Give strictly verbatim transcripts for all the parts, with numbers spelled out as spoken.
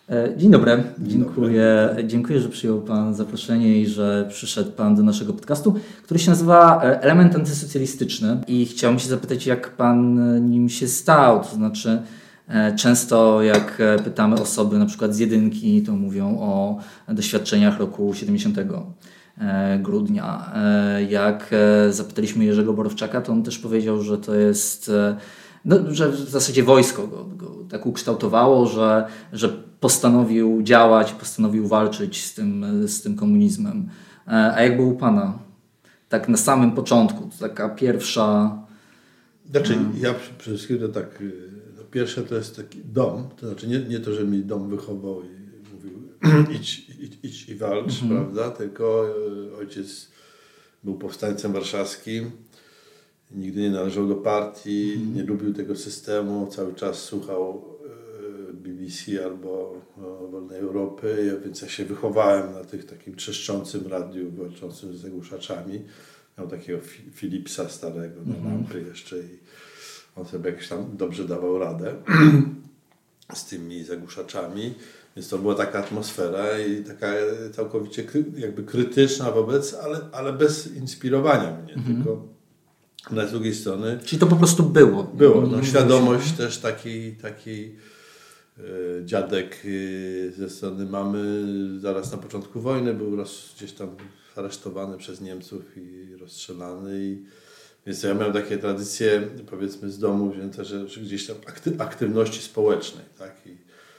Dzień dobry. Dziękuję, dobry. Dziękuję, że przyjął Pan zaproszenie i że przyszedł Pan do naszego podcastu, który się nazywa Element Antysocjalistyczny. I chciałbym się zapytać, jak Pan nim się stał. To znaczy, często jak pytamy osoby na przykład z jedynki, to mówią o doświadczeniach roku siedemdziesiątego grudnia. Jak zapytaliśmy Jerzego Borowczaka, to on też powiedział, że to jest... No, że w zasadzie wojsko go, go tak ukształtowało, że, że postanowił działać, postanowił walczyć z tym, z tym komunizmem. A jak było u Pana? Tak na samym początku, to taka pierwsza... Znaczy, ja przede wszystkim to tak, no pierwsze to jest taki dom, to znaczy nie, nie to, że mi dom wychował i mówił idź, idź, idź i walcz, mhm. prawda, tylko ojciec był powstańcem warszawskim. Nigdy nie należał do partii, mm. nie lubił tego systemu, cały czas słuchał B B C albo Wolnej Europy, więc ja się wychowałem na tych takim trzeszczącym radiu, walczącym z zagłuszaczami. Miał takiego Philipsa starego na mm. lampy jeszcze i on sobie jakoś tam dobrze dawał radę z tymi zagłuszaczami. Więc to była taka atmosfera i taka całkowicie jakby krytyczna wobec, ale, ale bez inspirowania mnie, mm. tylko z drugiej strony... Czyli to po prostu było. Było. No, świadomość też taki, taki e, dziadek e, ze strony mamy zaraz na początku wojny był roz, gdzieś tam aresztowany przez Niemców i rozstrzelany. I, więc ja miałem takie tradycje, powiedzmy z domu wzięte, że, że gdzieś tam akty, aktywności społecznej. Tak? I,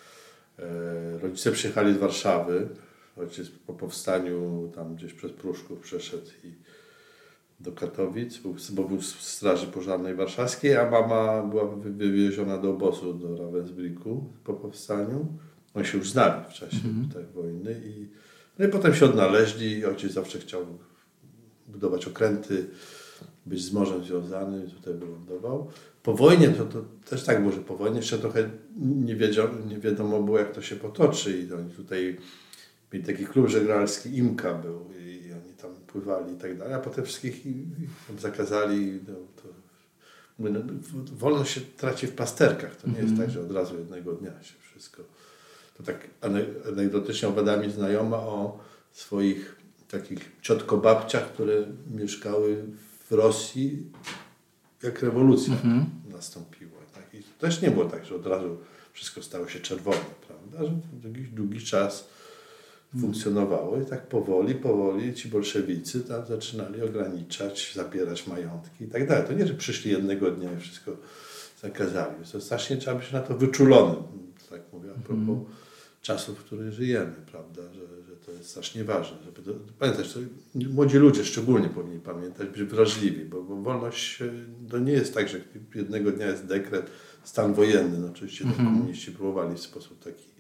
e, rodzice przyjechali z Warszawy. Ojciec po powstaniu tam gdzieś przez Pruszków przeszedł i do Katowic, bo był w Straży Pożarnej Warszawskiej, a mama była wywieziona do obozu do Ravensbrücku po powstaniu. Oni się już znali w czasie mm-hmm. tej wojny i, no i potem się odnaleźli. Ojciec zawsze chciał budować okręty, być z morzem związany, tutaj wylądował. Po wojnie to, to też tak było, że po wojnie jeszcze trochę nie, wiedział, nie wiadomo było, jak to się potoczy i oni tutaj mieli taki klub żeglarski, Imka był i oni tam pływali i tak dalej, a potem wszystkich ich zakazali. No, to, mówię, no, wolność się traci w pasterkach, to nie mm-hmm. jest tak, że od razu jednego dnia się wszystko. To tak anegdotycznie opowiada mi znajoma o swoich takich ciotkobabciach, które mieszkały w Rosji, jak rewolucja mm-hmm. nastąpiła. Tak? I to też nie było tak, że od razu wszystko stało się czerwone, prawda? Że jakiś długi czas funkcjonowało i tak powoli, powoli ci bolszewicy tam zaczynali ograniczać, zabierać majątki i tak dalej. To nie, że przyszli jednego dnia i wszystko zakazali. To strasznie trzeba być na to wyczulonym, tak mówię, a propos mm. czasów, w których żyjemy, prawda, że, że to jest strasznie ważne. Żeby to, pamiętać, to młodzi ludzie szczególnie powinni pamiętać, być wrażliwi, bo, bo wolność to nie jest tak, że jednego dnia jest dekret, stan wojenny. No, oczywiście mm-hmm. komuniści próbowali w sposób taki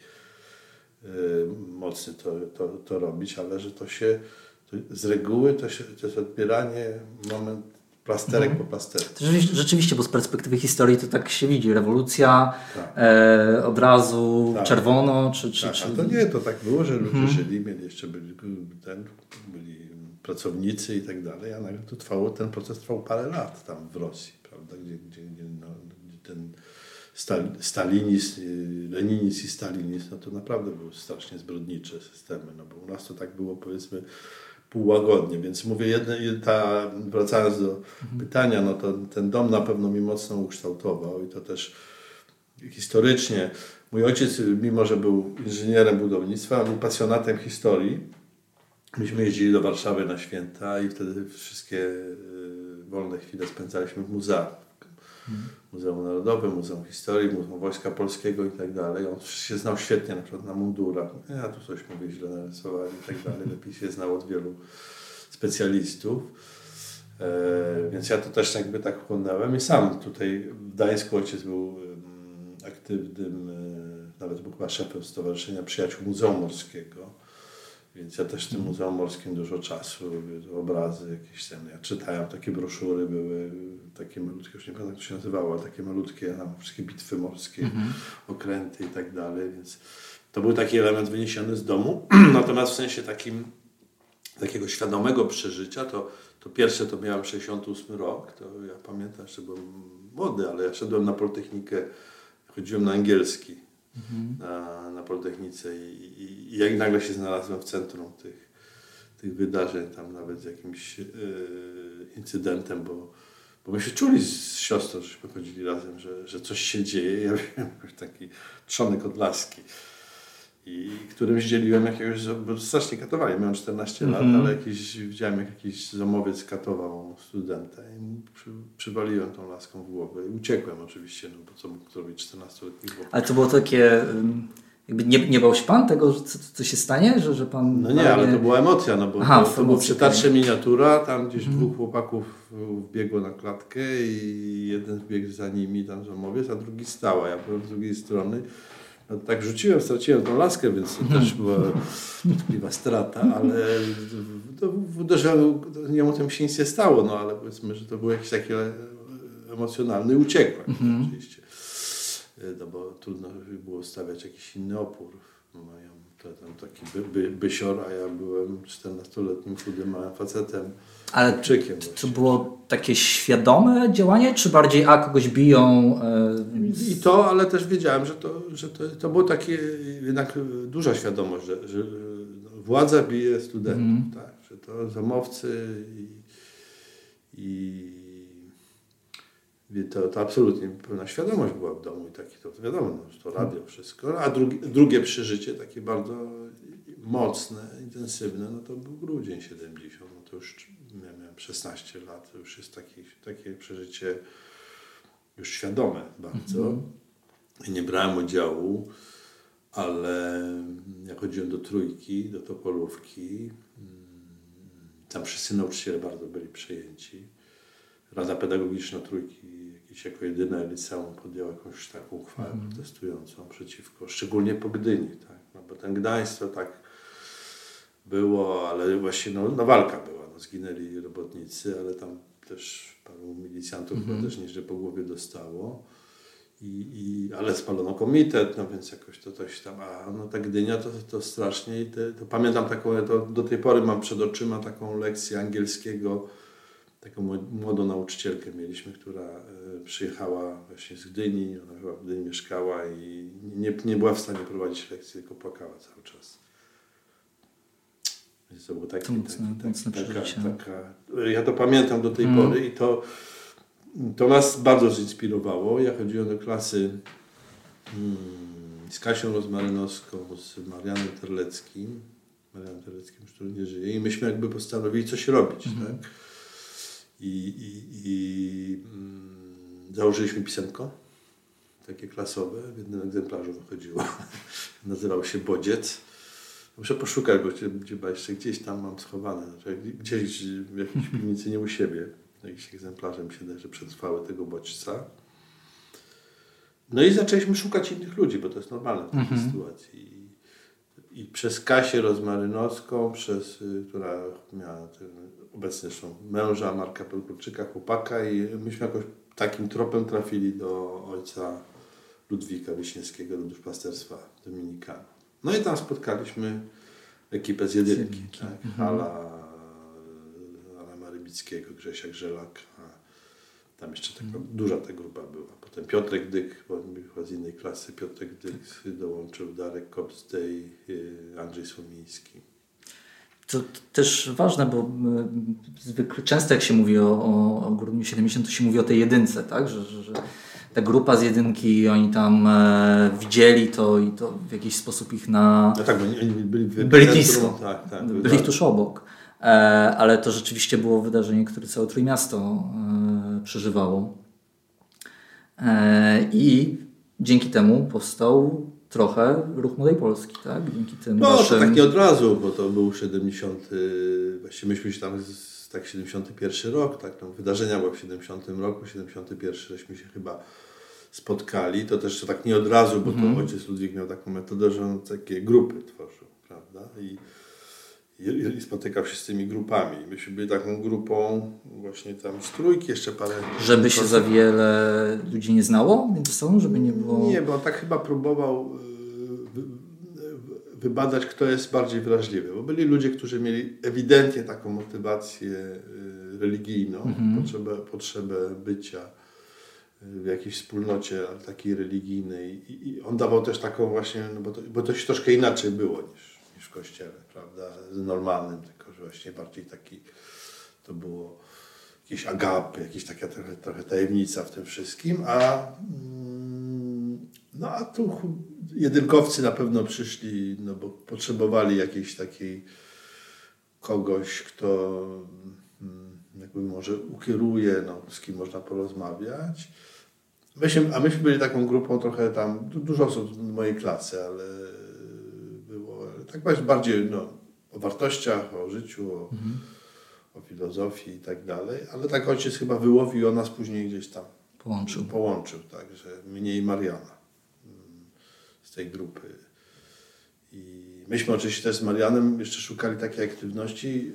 mocny to, to, to robić, ale że to się to z reguły to, się, to jest odbieranie moment plasterek mhm. po plasterku. Rzeczywiście, bo z perspektywy historii to tak się widzi. Rewolucja tak. e, od razu tak. czerwono. Czy, czy, tak, czy... A to nie, to tak było, że ludzie mhm. żyli, mieli jeszcze byli, ten, byli pracownicy i tak dalej, a nagle to trwało, ten proces trwał parę lat tam w Rosji, prawda, gdzie, gdzie, gdzie, no, gdzie ten stalinizm, leninizm i stalinizm, no to naprawdę były strasznie zbrodnicze systemy, no bo u nas to tak było, powiedzmy, półłagodnie, więc mówię, jedne, ta, wracając do mhm. pytania, no to ten dom na pewno mi mocno ukształtował i to też historycznie. Mój ojciec, mimo że był inżynierem budownictwa, był pasjonatem historii. Myśmy jeździli do Warszawy na święta i wtedy wszystkie wolne chwile spędzaliśmy w muzeach. Muzeum Narodowym, Muzeum Historii, Muzeum Wojska Polskiego i tak dalej. On się znał świetnie na przykład na mundurach. Ja tu coś mówię, źle narysowali i tak dalej. Lepiej się znał od wielu specjalistów. E, więc ja to też jakby tak chłonąłem i sam tutaj w Gdańsku ojciec był um, aktywnym, e, nawet był chyba szefem Stowarzyszenia Przyjaciół Muzeum Morskiego. Więc ja też w tym Muzeum Morskim dużo czasu, obrazy jakieś tam, ja czytałem, takie broszury były, takie malutkie, już nie pamiętam jak to się nazywało, ale takie malutkie, tam wszystkie bitwy morskie, mm-hmm. okręty i tak dalej, więc to był taki element wyniesiony z domu. Natomiast w sensie takim, takiego świadomego przeżycia, to, to pierwsze to miałem sześćdziesiąty ósmy rok, to ja pamiętam, że byłem młody, ale ja szedłem na Politechnikę, chodziłem na angielski mhm. na, na Politechnice i, i, i jak nagle się znalazłem w centrum tych, tych wydarzeń, tam nawet z jakimś yy, incydentem, bo, bo my się czuli z siostrą, żeśmy chodzili razem, że, że coś się dzieje. Ja byłem taki trzonek od laski. I którymś dzieliłem jakiegoś, bo strasznie katowali, miałem czternaście mm-hmm. lat, ale jakiś, widziałem jak jakiś zomowiec katował studenta i przy, przywaliłem tą laską w głowę i uciekłem oczywiście, no bo co mógł zrobić czternastoletni chłopak. Ale to było takie, jakby nie, nie bał się pan tego, co, co się stanie, że, że pan... No nie, ale to była emocja, no bo Aha, to, to było przy Tatrze Miniatura, tam gdzieś mm-hmm. dwóch chłopaków wbiegło na klatkę i jeden wbiegł za nimi, tam zomowiec, a drugi stał, a ja byłem z drugiej strony. No, tak rzuciłem, straciłem tą laskę, więc to też była dotkliwa strata, ale to uderzyłem, niemu tym się nic nie stało, no ale powiedzmy, że to był jakiś taki emocjonalny i uciekłem mm-hmm. oczywiście, no bo trudno było stawiać jakiś inny opór. Mają tam taki by, by, bysior, a ja byłem czternastoletnim chudym małym facetem. Ale czykiem to właśnie. Było takie świadome działanie, czy bardziej a kogoś biją? Yy... I to, ale też wiedziałem, że to, że to, to było takie jednak duża świadomość, że, że władza bije studentów, mm. tak, że to zamowcy i, i to, to absolutnie pełna świadomość była w domu i taki to wiadomo, no, to radio, wszystko. A drugi, drugie przeżycie takie bardzo mocne, intensywne, no to był grudzień siedemdziesiąty, no to już ja miałem szesnaście lat, to już jest taki, takie przeżycie już świadome bardzo. Mm-hmm. I nie brałem udziału, ale jak chodziłem do Trójki, do Topolówki, tam wszyscy nauczyciele bardzo byli przejęci. Rada Pedagogiczna Trójki jakiś jako jedyne liceum podjęła jakąś taką uchwałę mm. protestującą przeciwko, szczególnie po Gdyni, tak? No bo ten Gdańsk to tak było, ale właśnie no, no walka była, no, zginęli robotnicy, ale tam też paru milicjantów mm-hmm. też nieźle po głowie dostało, I, i, ale spalono komitet, no więc jakoś to coś tam, a no ta Gdynia to, to strasznie i te, to pamiętam taką, to do tej pory mam przed oczyma taką lekcję angielskiego, taką młodą nauczycielkę mieliśmy, która y, przyjechała właśnie z Gdyni, ona chyba w Gdyni mieszkała i nie, nie była w stanie prowadzić lekcji, tylko płakała cały czas. Więc to było takie, to mocne, taki, mocne taka, przeżycie. taka, ja to pamiętam do tej hmm. pory i to, to nas bardzo zinspirowało. Ja chodziłem do klasy hmm, z Kasią Rozmarynowską, z Marianem Terleckim, Marianem Terleckim już tu nie żyje i myśmy jakby postanowili coś robić, hmm. tak? I, i, i mm, założyliśmy pisemko, takie klasowe, w jednym egzemplarzu wychodziło, nazywał się Bodziec. Muszę poszukać, bo chyba jeszcze gdzieś tam mam schowane, znaczy gdzieś w jakiejś piwnicy, nie u siebie, jakieś egzemplarze mi się daje, że przetrwały tego bodźca. No i zaczęliśmy szukać innych ludzi, bo to jest normalne w takiej mhm. sytuacji. I, I przez Kasię Rozmarynowską, przez, która miała ten, obecnie zresztą męża Marka Pelkurczyka, chłopaka i myśmy jakoś takim tropem trafili do ojca Ludwika Wiśniewskiego, do duszpasterstwa Dominikanów. No i tam spotkaliśmy ekipę z jedynki, tak? mhm. Hala, Ala Marybickiego, Grzesia Grzelak, a tam jeszcze taka mhm. duża ta grupa była. Potem Piotrek Dyk, bo była z innej klasy, Piotrek Dyk dołączył, Darek Kopstej, Andrzej Słomiński. To, to też ważne, bo zwykle często jak się mówi o, o, o grudniu siedemdziesiątym, to się mówi o tej jedynce, tak? Że, że, że ta grupa z jedynki, oni tam e, widzieli to i to w jakiś sposób ich na... No tak, bo oni byli, byli, byli blisko, tak, tak, byli tuż obok. E, ale to rzeczywiście było wydarzenie, które całe Trójmiasto e, przeżywało. E, I dzięki temu powstał trochę Ruch Młodej Polski, tak? Dzięki tym no waszym... to tak nie od razu, bo to był siedemdziesiąty, właściwie myśmy się tam, z, tak siedemdziesiąty pierwszy rok, tak, tam wydarzenia były w siedemdziesiątym roku, siedemdziesiąty pierwszy żeśmy się chyba spotkali, to też tak nie od razu, bo mm-hmm. to ojciec Ludwik miał taką metodę, że on takie grupy tworzył, prawda, i, i, i spotykał się z tymi grupami. Myśmy byli taką grupą właśnie tam z Trójki, jeszcze parę... Żeby się za wiele ludzi nie znało między sobą, żeby nie było... Nie, bo on tak chyba próbował wybadać, kto jest bardziej wrażliwy, bo byli ludzie, którzy mieli ewidentnie taką motywację religijną, mm-hmm. potrzebę, potrzebę bycia w jakiejś wspólnocie takiej religijnej i, i on dawał też taką właśnie, no bo, to, bo to się troszkę inaczej było niż, niż w kościele, prawda, normalnym, tylko że właśnie bardziej taki, to było jakieś agapy, jakaś taka trochę, trochę tajemnica w tym wszystkim, a mm, no a tu jedynkowcy na pewno przyszli, no bo potrzebowali jakiejś takiej kogoś, kto jakby może ukieruje, no, z kim można porozmawiać. Myśmy, a myśmy byli taką grupą trochę tam, dużo osób z mojej klasy, ale było tak bardziej no, o wartościach, o życiu, o, mhm. o filozofii i tak dalej, ale tak ojciec chyba wyłowił, on nas później gdzieś tam połączył, połączył tak, że mnie i Mariana z tej grupy. I myśmy oczywiście też z Marianem jeszcze szukali takiej aktywności.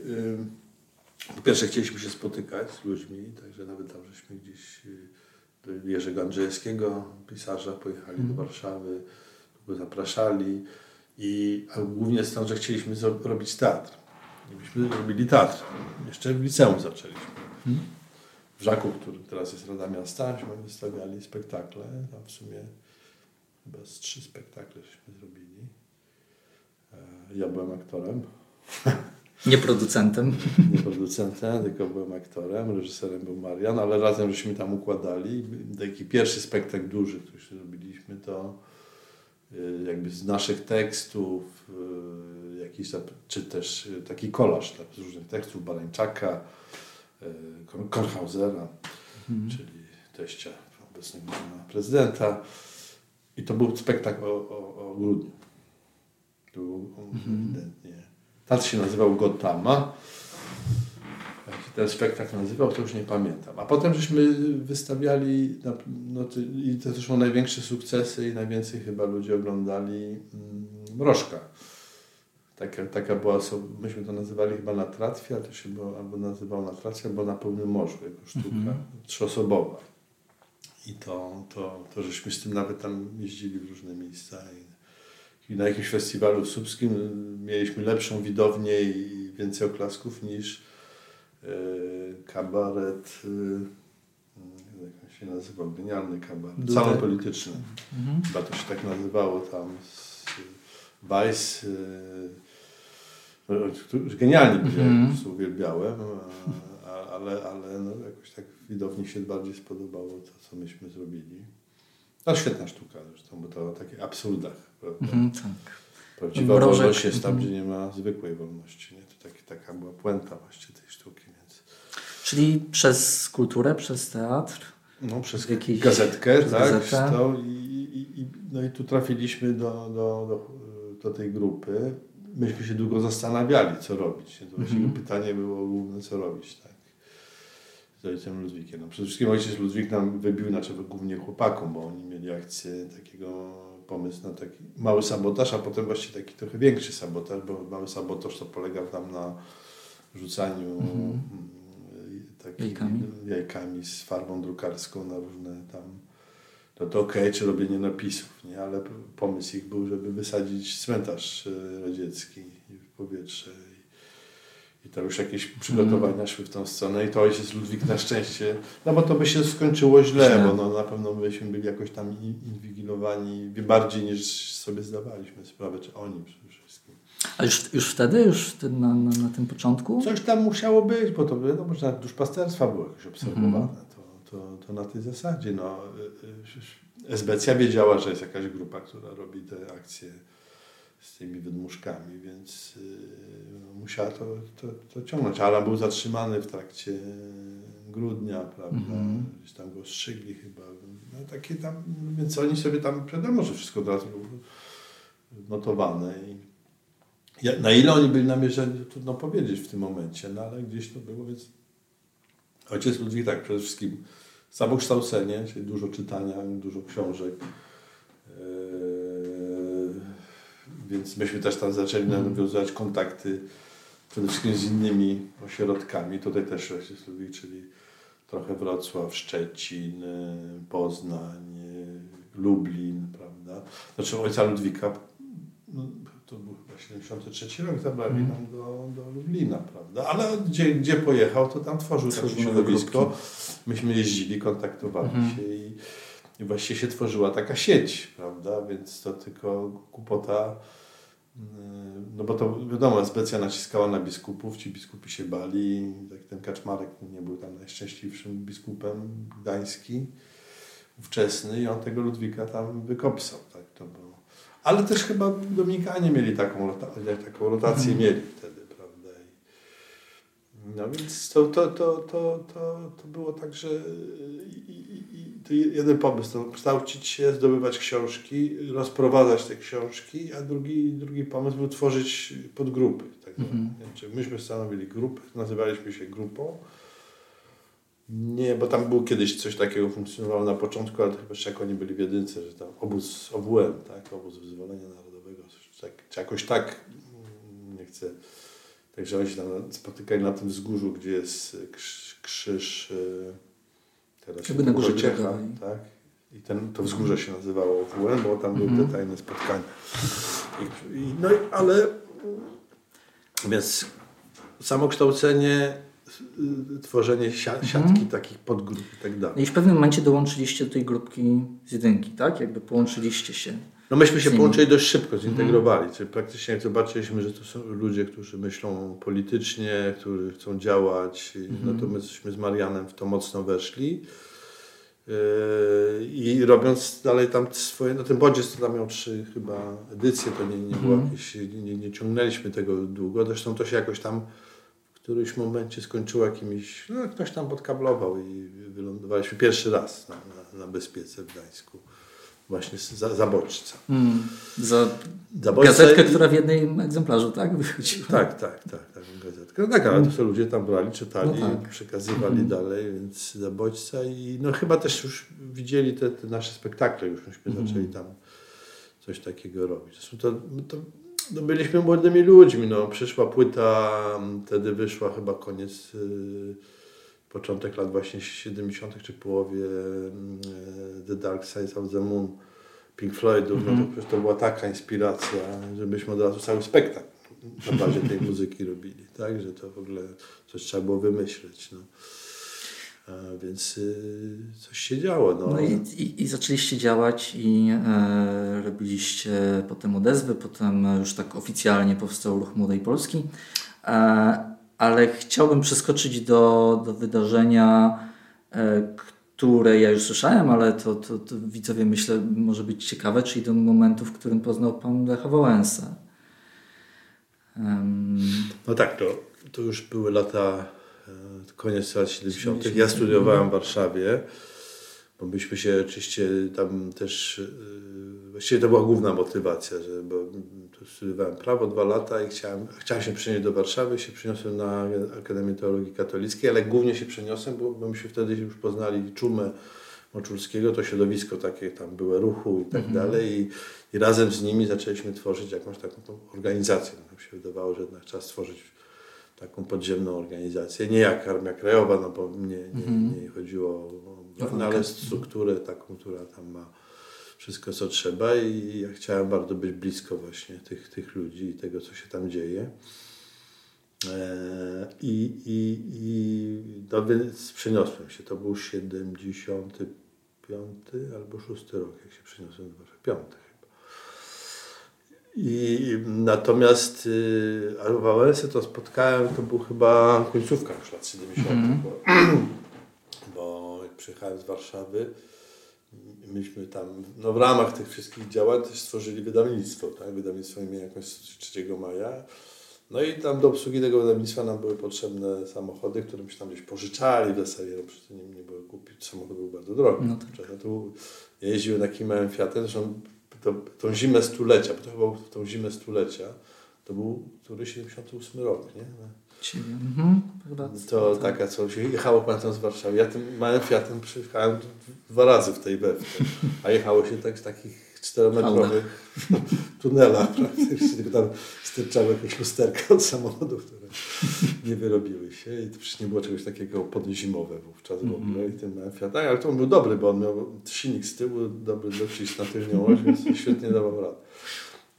Po pierwsze chcieliśmy się spotykać z ludźmi, także nawet tam żeśmy gdzieś do Jerzego Andrzejewskiego, pisarza, pojechali mm. do Warszawy, go zapraszali. I, a głównie stąd, że chcieliśmy zrobić robić teatr. I myśmy robili teatr. Jeszcze w liceum zaczęliśmy. Mm. W Żaku, który teraz jest Rada Miasta, myśmy wystawiali spektakle. Tam w sumie chyba z trzy spektakle żeśmy zrobili. Ja byłem aktorem. Nie producentem. Nie producentem, tylko byłem aktorem. Reżyserem był Marian, ale razem żeśmy tam układali. Taki pierwszy spektakl duży, który zrobiliśmy, to jakby z naszych tekstów, jakiś, czy też taki kolaż z różnych tekstów Barańczaka, Kornhausera, mhm. czyli teścia obecnego pana prezydenta. I to był spektakl o, o, o grudniu. Tu ewidentnie. Teatr się nazywał Gotama. Jak się ten spektakl nazywał, to już nie pamiętam. A potem żeśmy wystawiali, no to, i to też są największe sukcesy i najwięcej chyba ludzie oglądali mm, Mrożka. Taka, taka była, myśmy to nazywali chyba Na Tratwie, ale to się było, albo nazywał Na Tratwie, albo Na Pełnym Morzu, jego sztuka, mm-hmm. trzyosobowa. I to, to, to żeśmy z tym nawet tam jeździli w różne miejsca. I, I na jakimś festiwalu w Słupskim mieliśmy lepszą widownię i więcej oklasków niż yy, kabaret, yy, jak się nazywał, genialny kabaret, salon polityczny. Mhm. Chyba to się tak nazywało tam. Weiss, yy, genialnie mhm. po prostu uwielbiałem, a, ale, ale no, jakoś tak widowni się bardziej spodobało to, co myśmy zrobili. To świetna sztuka zresztą, bo to o takich absurdach, prawda? Mm, tak. Prawdziwa Mrożek. wolność jest tam, gdzie nie ma zwykłej wolności. Nie? To taki, taka była puenta właściwie tej sztuki. Więc... Czyli przez kulturę, przez teatr? No, przez jakiś... gazetkę, przez tak? Gazetę. To i, i, i, no i tu trafiliśmy do, do, do, do tej grupy. Myśmy się długo zastanawiali, co robić. Nie? To właściwie mm-hmm. pytanie było główne, co robić. Tak? Z ojcem Ludwikiem. No, przede wszystkim ojciec Ludwik nam wybił, znaczy głównie chłopakom, bo oni mieli akcję takiego, pomysł na taki mały sabotaż, a potem właściwie taki trochę większy sabotaż, bo mały sabotaż to polega tam na rzucaniu mm-hmm. takimi jajkami. jajkami z farbą drukarską na różne tam, no to okej, okay, czy robienie napisów, nie? Ale pomysł ich był, żeby wysadzić cmentarz radziecki w powietrze. I to już jakieś przygotowania mm. szły w tą stronę i to ojciec Ludwik na szczęście, no bo to by się skończyło źle, źle. bo no, na pewno byśmy byli jakoś tam inwigilowani bardziej niż sobie zdawaliśmy sprawę, czy oni przede wszystkim. A już, już wtedy, już wtedy na, na, na tym początku? Coś tam musiało być, bo to wiadomo, że duszpasterstwa było jakoś obserwowane, mm. to, to, to na tej zasadzie. No, Esbecja wiedziała, że jest jakaś grupa, która robi te akcje z tymi wydmuszkami, więc yy, musiała to, to, to ciągnąć. Alan był zatrzymany w trakcie grudnia, prawda? Mm-hmm. Gdzieś tam go strzygli chyba. No, takie tam, więc oni sobie tam, wiadomo, że wszystko od razu było notowane. I ja, na ile oni byli namierzeni, trudno powiedzieć w tym momencie, no ale gdzieś to było, więc ojciec Ludwik tak przede wszystkim samokształcenie, czyli dużo czytania, dużo książek. Więc myśmy też tam zaczęli nawiązywać kontakty przede wszystkim z innymi ośrodkami. Tutaj też ojciec Ludwik, czyli trochę Wrocław, Szczecin, Poznań, Lublin, prawda? Znaczy ojca Ludwika, no, to był chyba siedemdziesiąty trzeci rok, zabrali nam mm. do, do Lublina, prawda? Ale gdzie, gdzie pojechał, to tam tworzył takie środowisko. Myśmy jeździli, kontaktowali mm. się i, i właściwie się tworzyła taka sieć, prawda? Więc to tylko głupota, no bo to wiadomo, Specja naciskała na biskupów, ci biskupi się bali, tak ten Kaczmarek nie był tam najszczęśliwszym biskupem gdański, ówczesny, i on tego Ludwika tam wykopsał, tak to było. Ale też chyba Dominikanie mieli taką, rota- taką rotację, mm. mieli wtedy, prawda? I, no więc to, to, to, to, to, to było tak, że i, i, i to jeden pomysł, to kształcić się, zdobywać książki, rozprowadzać te książki, a drugi, drugi pomysł był tworzyć podgrupy. Tak mm. Myśmy stanowili grupy, nazywaliśmy się grupą. Nie, bo tam było kiedyś coś takiego, funkcjonowało na początku, ale to chyba jeszcze jak oni byli w jedynce, że tam obóz O W M, tak, obóz Wyzwolenia Narodowego, tak, czy jakoś tak, nie chcę, także oni się tam spotykali na tym wzgórzu, gdzie jest krzyż, krzyż teraz jakby na górze Ciecha, tak, i ten, to wzgórze się nazywało O W M, bo tam były mm. te tajne spotkania. I, i, no i, ale, więc samokształcenie, tworzenie siatki mhm. takich podgrup i tak dalej. I w pewnym momencie dołączyliście do tej grupki z jedynki, tak? Jakby połączyliście się. No myśmy się połączyli dość szybko, zintegrowali. Mhm. Czyli praktycznie jak zobaczyliśmy, że to są ludzie, którzy myślą politycznie, którzy chcą działać, mhm. no to myśmy z Marianem w to mocno weszli. Yy, I robiąc dalej tam swoje, no ten Bodziec to tam miał trzy chyba edycje, to nie, nie było mhm. jakieś, nie, nie ciągnęliśmy tego długo. Zresztą to się jakoś tam w którymś momencie skończyło jakimiś, no ktoś tam podkablował i wylądowaliśmy pierwszy raz na, na, na Bezpiece w Gdańsku. Właśnie za, za Bodźca. Hmm. Za, za gazetkę, i... która w jednym egzemplarzu, tak? Wychodziła. Tak, tak, tak, taką gazetkę. No tak, ale to co ludzie tam brali, czytali, no tak. przekazywali hmm. dalej, więc za Bodźca i no chyba też już widzieli te, te nasze spektakle, już myśmy hmm. zaczęli tam coś takiego robić. Zresztą to, to no byliśmy młodymi ludźmi, no przyszła płyta, wtedy wyszła chyba koniec, yy, początek lat właśnie siedemdziesiątych czy połowie yy, The Dark Side of the Moon Pink Floydów, mm-hmm. no to przecież to była taka inspiracja, żebyśmy od razu cały spektakl na bazie tej muzyki robili, tak, że to w ogóle coś trzeba było wymyśleć, no. A więc y, coś się działo. No, no i, i, i zaczęliście działać i e, robiliście potem odezwy, potem już tak oficjalnie powstał Ruch Młodej Polski, e, ale chciałbym przeskoczyć do, do wydarzenia, e, które ja już słyszałem, ale to, to, to widzowie myślę może być ciekawe, czyli do momentu, w którym poznał pan Lecha Wałęsę. Um. No tak, to, to już były lata... Koniec lat siedemdziesiątych. Ja studiowałem w Warszawie, bo myśmy się oczywiście tam też, właściwie to była główna motywacja, że bo studiowałem prawo dwa lata i chciałem, chciałem się przenieść do Warszawy, się przeniosłem na Akademię Teologii Katolickiej, ale głównie się przeniosłem, bo, bo myśmy wtedy już poznali Czumę Moczulskiego, to środowisko takie tam było ruchu i tak mhm. dalej i, i razem z nimi zaczęliśmy tworzyć jakąś taką organizację. Nam się wydawało, że jednak trzeba stworzyć taką podziemną organizację, nie jak Armia Krajowa, no bo nie, nie, nie chodziło o, no, ale strukturę taką, która tam ma wszystko, co trzeba i ja chciałem bardzo być blisko właśnie tych, tych ludzi i tego, co się tam dzieje. I, i, i no więc przeniosłem się, to był siedemdziesiąty piąty albo szósty rok, jak się przeniosłem do Warszawy, piąty. I natomiast y, Wałęsę to spotkałem, to był chyba końcówka już lat siedemdziesiątych, mm. bo, bo jak przyjechałem z Warszawy, myśmy tam no, w ramach tych wszystkich działań też stworzyli wydawnictwo, tak? Wydawnictwo imienia trzeciego maja. No i tam do obsługi tego wydawnictwa nam były potrzebne samochody, które myśmy tam gdzieś pożyczali w zasadzie, no przecież nie, nie było kupić, samochód był bardzo drogi. No tak. Tu ja jeździłem takim małym Fiatem, zresztą To, tą zimę stulecia, bo to chyba w tą zimę stulecia, to był który siedemdziesiąty ósmy rok, nie? Mhm, to tak. Taka, co się jechało, pamiętam, z Warszawy. Ja tym małym Fiatem przyjechałem dwa razy w tej Bewce, a jechało się tak z takich czterometrowych tunelach, praktycznie, tylko tam sterczały jakieś lusterka od samochodów, które nie wyrobiły się i to przecież nie było czegoś takiego podzimowe wówczas w ogóle i ten małym Fiat. Ale to on był dobry, bo on miał silnik z tyłu, dobry docisk na tylnią oś, więc świetnie dawał radę.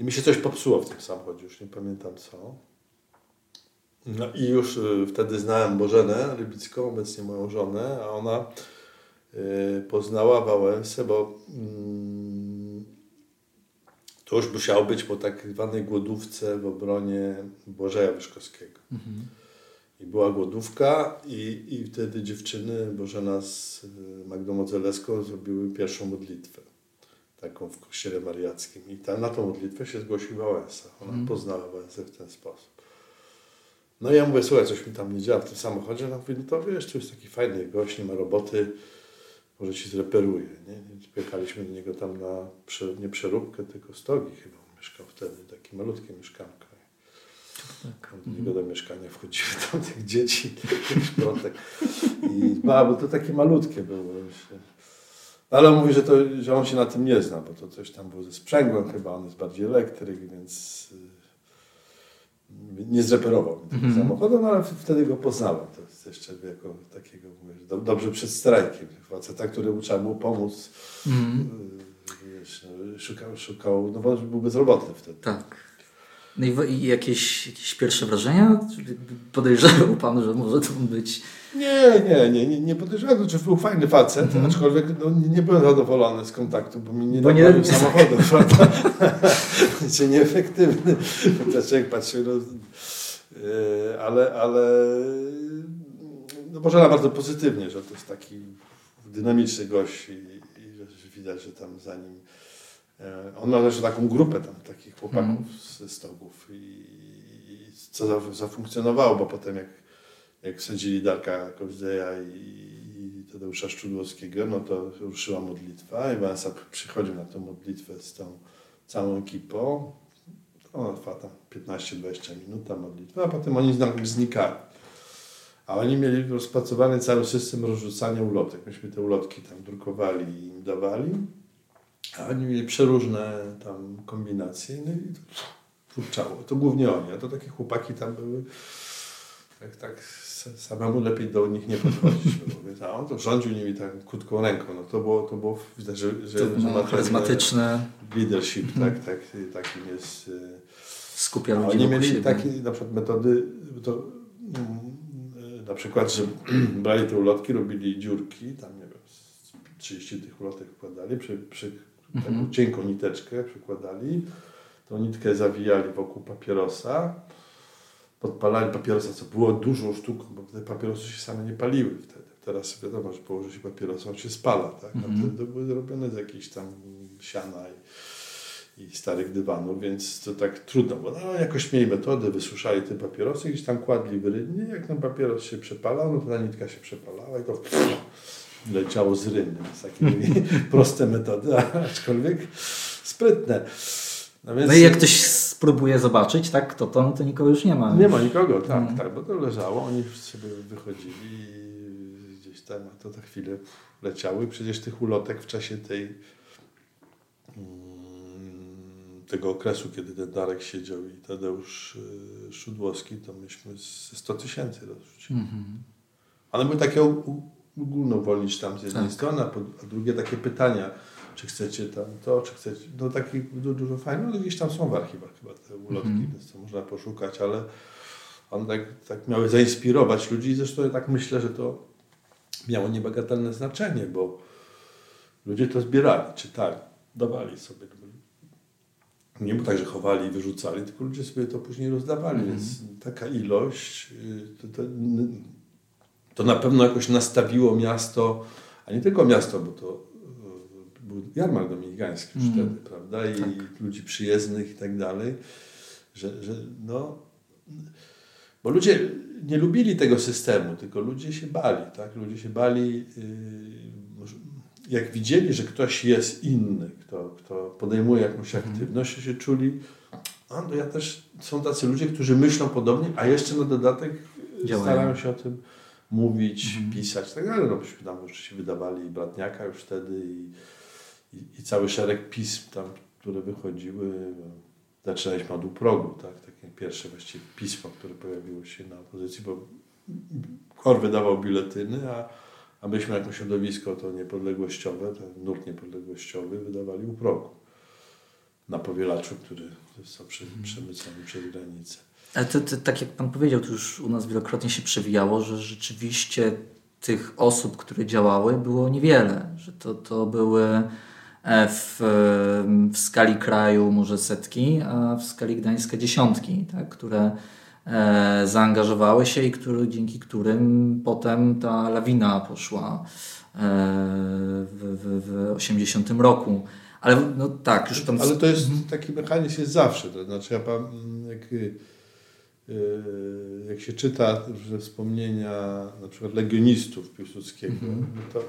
I mi się coś popsuło w tym samochodzie, już nie pamiętam co. No i już y, wtedy znałem Bożenę Rybicką, obecnie moją żonę, a ona y, poznała Wałęsę, bo y, to już musiało być po tak zwanej głodówce w obronie Błażeja Wyszkowskiego. Mhm. I była głodówka i, i wtedy dziewczyny, Bożena z Magdą Modzelewską zrobiły pierwszą modlitwę. Taką w kościele mariackim. I tam na tą modlitwę się zgłosił Wałęsa. Ona mm. poznała Wałęsę w ten sposób. No i ja mówię, słuchaj, coś mi tam nie działa w tym samochodzie. Ona mówi, no to wiesz, tu jest taki fajny gość, nie ma roboty, może ci zreperuje. Nie? Pojechaliśmy do niego tam na, nie przeróbkę, tylko stogi chyba. On mieszkał wtedy, takie malutkie mieszkanko. Tak. Do niego do mieszkania wchodziły tam tych dzieci, szprotek. I no, bo to takie malutkie było. Ale on mówi, że, to, że on się na tym nie zna, bo to coś tam było ze sprzęgłem chyba, on jest bardziej elektryk, więc nie zreperował mi tego mm-hmm. samochodu, no ale wtedy go poznałem. To jest jeszcze jako takiego, mówię, dobrze przed strajkiem. Faceta, któremu trzeba było pomóc. Mm-hmm. Wiesz, no, szukał, szukał, no bo był bezrobotny wtedy. Tak. No i, i jakieś, jakieś pierwsze wrażenia? Podejrzewał pan, że może to być... Nie, nie, nie, nie, nie podejrzewałem, że był fajny facet, mm-hmm. aczkolwiek no, nie byłem zadowolony z kontaktu, bo mi nie naprawił samochodu, prawda? Czy nieefektywny. Człowiek patrzył, no, yy, ale, ale no, Bożena bardzo pozytywnie, że to jest taki dynamiczny gość i, i że widać, że tam za nim on ma też taką grupę tam takich chłopaków mm. ze stogów i, i co zafunkcjonowało, bo potem jak, jak sadzili Darka Kowzdeja i, i Tadeusza Szczudłowskiego, no to ruszyła modlitwa i Wałęsa przychodził na tę modlitwę z tą całą ekipą. Ona trwa tam piętnaście dwadzieścia minut ta modlitwa, a potem oni znikali. A oni mieli rozpracowany cały system rozrzucania ulotek. Myśmy te ulotki tam drukowali i im dawali. A oni mieli przeróżne tam kombinacje, no i to kurczało. To głównie oni, a to takie chłopaki tam były, tak, tak samemu lepiej do nich nie podchodzić. A on to rządził nimi tak krótką ręką, no to było, to było widać, że, że, to że ma charyzmatyczne leadership, tak, tak, takim jest. Skupia ludzi. Oni mieli takie na przykład metody, to, na przykład, że brali te ulotki, robili dziurki, tam nie wiem, trzydzieści tych ulotek wkładali, przy, przy taką mm-hmm. cienką niteczkę przykładali, tą nitkę zawijali wokół papierosa, podpalali papierosa, co było dużą sztuką, bo te papierosy się same nie paliły wtedy. Teraz wiadomo, że położy się papierosa, on się spala, tak? Mm-hmm. A wtedy to były zrobione z jakichś tam siana i, i starych dywanów, więc to tak trudno było. No, jakoś mieli metody, wysuszali te papierosy, gdzieś tam kładli w rynnie, jak ten papieros się przepalał, no to ta nitka się przepalała i to pff, leciało z rynny. Z takie proste metody, aczkolwiek sprytne. No, więc... no i jak ktoś spróbuje zobaczyć, tak, kto to, no to nikogo już nie ma. Nie ma nikogo, tak, hmm. tak, bo to leżało, oni sobie wychodzili gdzieś tam, a to za chwilę leciały. Przecież tych ulotek w czasie tej tego okresu, kiedy ten Darek siedział i Tadeusz Szczudłowski, to myśmy ze sto tysięcy rozrzucili. Mm-hmm. Ale były takie ogólnowolnić tam z jednej tak. strony, a, a drugie takie pytania, czy chcecie tam to, czy chcecie, no takich dużo, dużo fajnych, no gdzieś tam są w archiwach chyba te ulotki, mm-hmm. więc to można poszukać, ale one tak, tak miały zainspirować ludzi i zresztą ja tak myślę, że to miało niebagatelne znaczenie, bo ludzie to zbierali, czytali, dawali sobie. Nie było tak, że chowali i wyrzucali, tylko ludzie sobie to później rozdawali, mm-hmm. więc taka ilość to, to, to na pewno jakoś nastawiło miasto, a nie tylko miasto, bo to był jarmark dominikański już mm. wtedy, prawda, i tak. ludzi przyjezdnych i tak dalej, że, że no, bo ludzie nie lubili tego systemu, tylko ludzie się bali, tak, ludzie się bali, yy, jak widzieli, że ktoś jest inny, kto, kto podejmuje jakąś aktywność, mm. się czuli, a no ja też, są tacy ludzie, którzy myślą podobnie, a jeszcze na dodatek Działają. starają się o tym mówić, mm. pisać, tak dalej, no byśmy tam oczywiście wydawali Bratniaka już wtedy i I, i cały szereg pism tam, które wychodziły, zaczynaliśmy od Uprogu, tak? Takie pierwsze właściwie pismo, które pojawiło się na opozycji, bo KOR wydawał biuletyny, a, a myśmy jako środowisko to niepodległościowe, ten nurt niepodległościowy wydawali Uprogu. na powielaczu, który został przemycony przez granicę. Ale to, to, tak jak pan powiedział, to już u nas wielokrotnie się przewijało, że rzeczywiście tych osób, które działały, było niewiele. Że to, to były w, w skali kraju może setki, a w skali Gdańska dziesiątki, tak? Które e, zaangażowały się i który, dzięki którym potem ta lawina poszła e, w, w, w osiemdziesiątym roku. Ale no tak, już tam... Ale to jest, taki mechanizm jest zawsze. To znaczy, ja pan, jak, jak się czyta różne wspomnienia na przykład legionistów Piłsudskiego, mm-hmm. to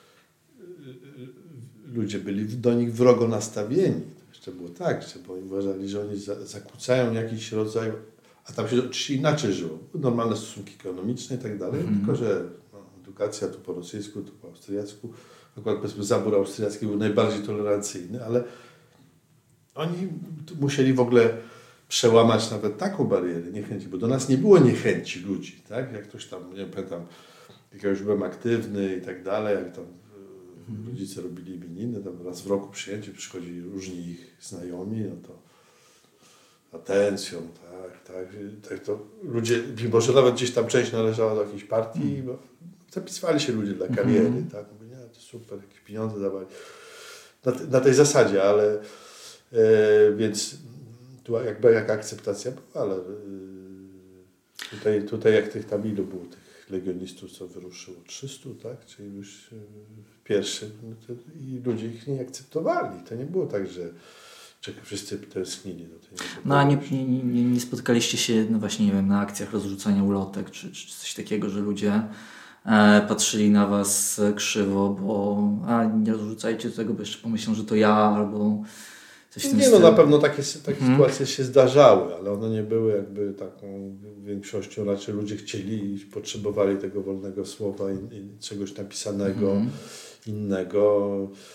ludzie byli do nich wrogo nastawieni. To jeszcze było tak, że bo uważali, że oni za, zakłócają jakiś rodzaj, a tam się oczywiście inaczej żyło. Normalne stosunki ekonomiczne i tak dalej, mm-hmm. tylko że no, edukacja tu po rosyjsku, tu po austriacku. Akurat powiedzmy zabór austriacki był najbardziej tolerancyjny, ale oni musieli w ogóle przełamać nawet taką barierę niechęci, bo do nas nie było niechęci ludzi, tak? Jak ktoś tam, nie pamiętam, jak ja już byłem aktywny i tak dalej, jak tam hmm. rodzice robili imieniny, tam raz w roku przyjęcie, przychodzili różni ich znajomi, no to atencją, tak, tak, tak to ludzie, mimo że nawet gdzieś tam część należała do jakiejś partii, hmm. bo zapisywali się ludzie dla kariery, hmm. tak, mówię, nie, to super, jakieś pieniądze dawali, na, na tej zasadzie, ale e, więc tu jakby jaka akceptacja była, ale yy, tutaj, tutaj jak tych tam ilu było tych legionistów, co wyruszyło? trzysta, tak? Czyli już yy, pierwszy. No to, i ludzie ich nie akceptowali. To nie było tak, że czeka, wszyscy tęsknili do tej niepodległości. No a nie, nie, nie, nie spotkaliście się, no właśnie, nie wiem, na akcjach rozrzucania ulotek, czy, czy coś takiego, że ludzie e, patrzyli na was krzywo, bo a nie rozrzucajcie tego, bo jeszcze pomyślą, że to ja, albo... Nie, no na pewno takie, takie hmm. sytuacje się zdarzały, ale one nie były jakby taką większością. Raczej ludzie chcieli i potrzebowali tego wolnego słowa i, i czegoś napisanego, hmm. innego.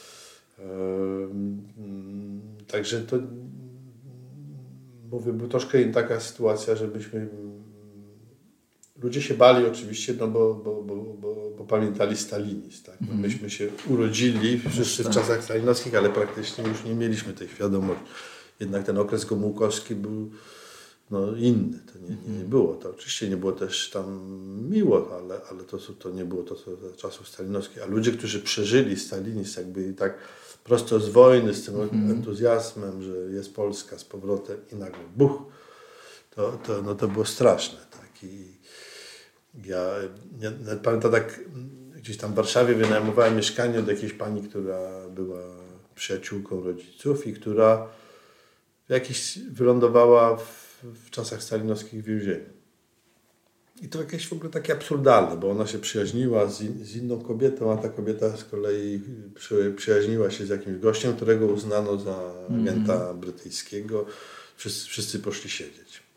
Um, także to mówię, była troszkę taka sytuacja, żebyśmy ludzie się bali oczywiście, no bo, bo, bo, bo, bo pamiętali stalinizm. Tak? No myśmy się urodzili wszyscy w czasach stalinowskich, ale praktycznie już nie mieliśmy tej świadomości. Jednak ten okres gomułkowski był no, inny. To nie, nie było. To oczywiście nie było też tam miło, ale, ale to, to nie było to, co za czasów stalinowskich. A ludzie, którzy przeżyli stalinizm jakby tak prosto z wojny, z tym mm. entuzjazmem, że jest Polska z powrotem i nagle buch, to, to, no, to było straszne. Tak? I, Ja, ja pamiętam tak, gdzieś tam w Warszawie wynajmowałem mieszkanie od jakiejś pani, która była przyjaciółką rodziców i która jakiś wylądowała w, w czasach stalinowskich w więzieniu. I to jakieś w ogóle takie absurdalne, bo ona się przyjaźniła z, in, z inną kobietą, a ta kobieta z kolei przy, przyjaźniła się z jakimś gościem, którego uznano za agenta mm-hmm. brytyjskiego. Wszyscy, wszyscy poszli siedzieć.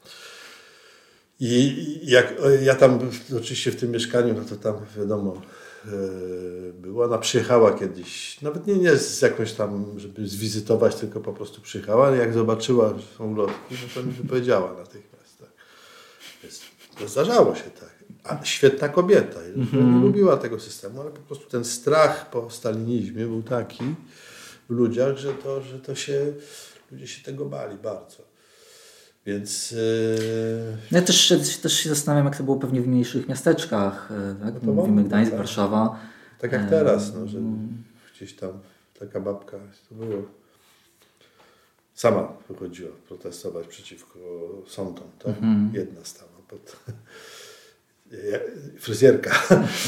I jak ja tam oczywiście w tym mieszkaniu, no to tam wiadomo była, ona przyjechała kiedyś, nawet nie, nie z jakąś tam, żeby zwizytować, tylko po prostu przyjechała, ale jak zobaczyła, że są ulotki, no to mi wypowiedziała natychmiast. Tak. Więc to zdarzało się tak. A świetna kobieta, mm-hmm. nie lubiła tego systemu, ale po prostu ten strach po stalinizmie był taki w ludziach, że to, że to się, ludzie się tego bali bardzo. Więc, yy... Ja też, też się zastanawiam, jak to było pewnie w mniejszych miasteczkach, tak? No mówimy Gdańsk, tak. Warszawa. Tak jak teraz, no, że gdzieś tam taka babka to było. Sama wychodziła protestować przeciwko sądom, tak? Mm-hmm. Jedna stała pod fryzjerka.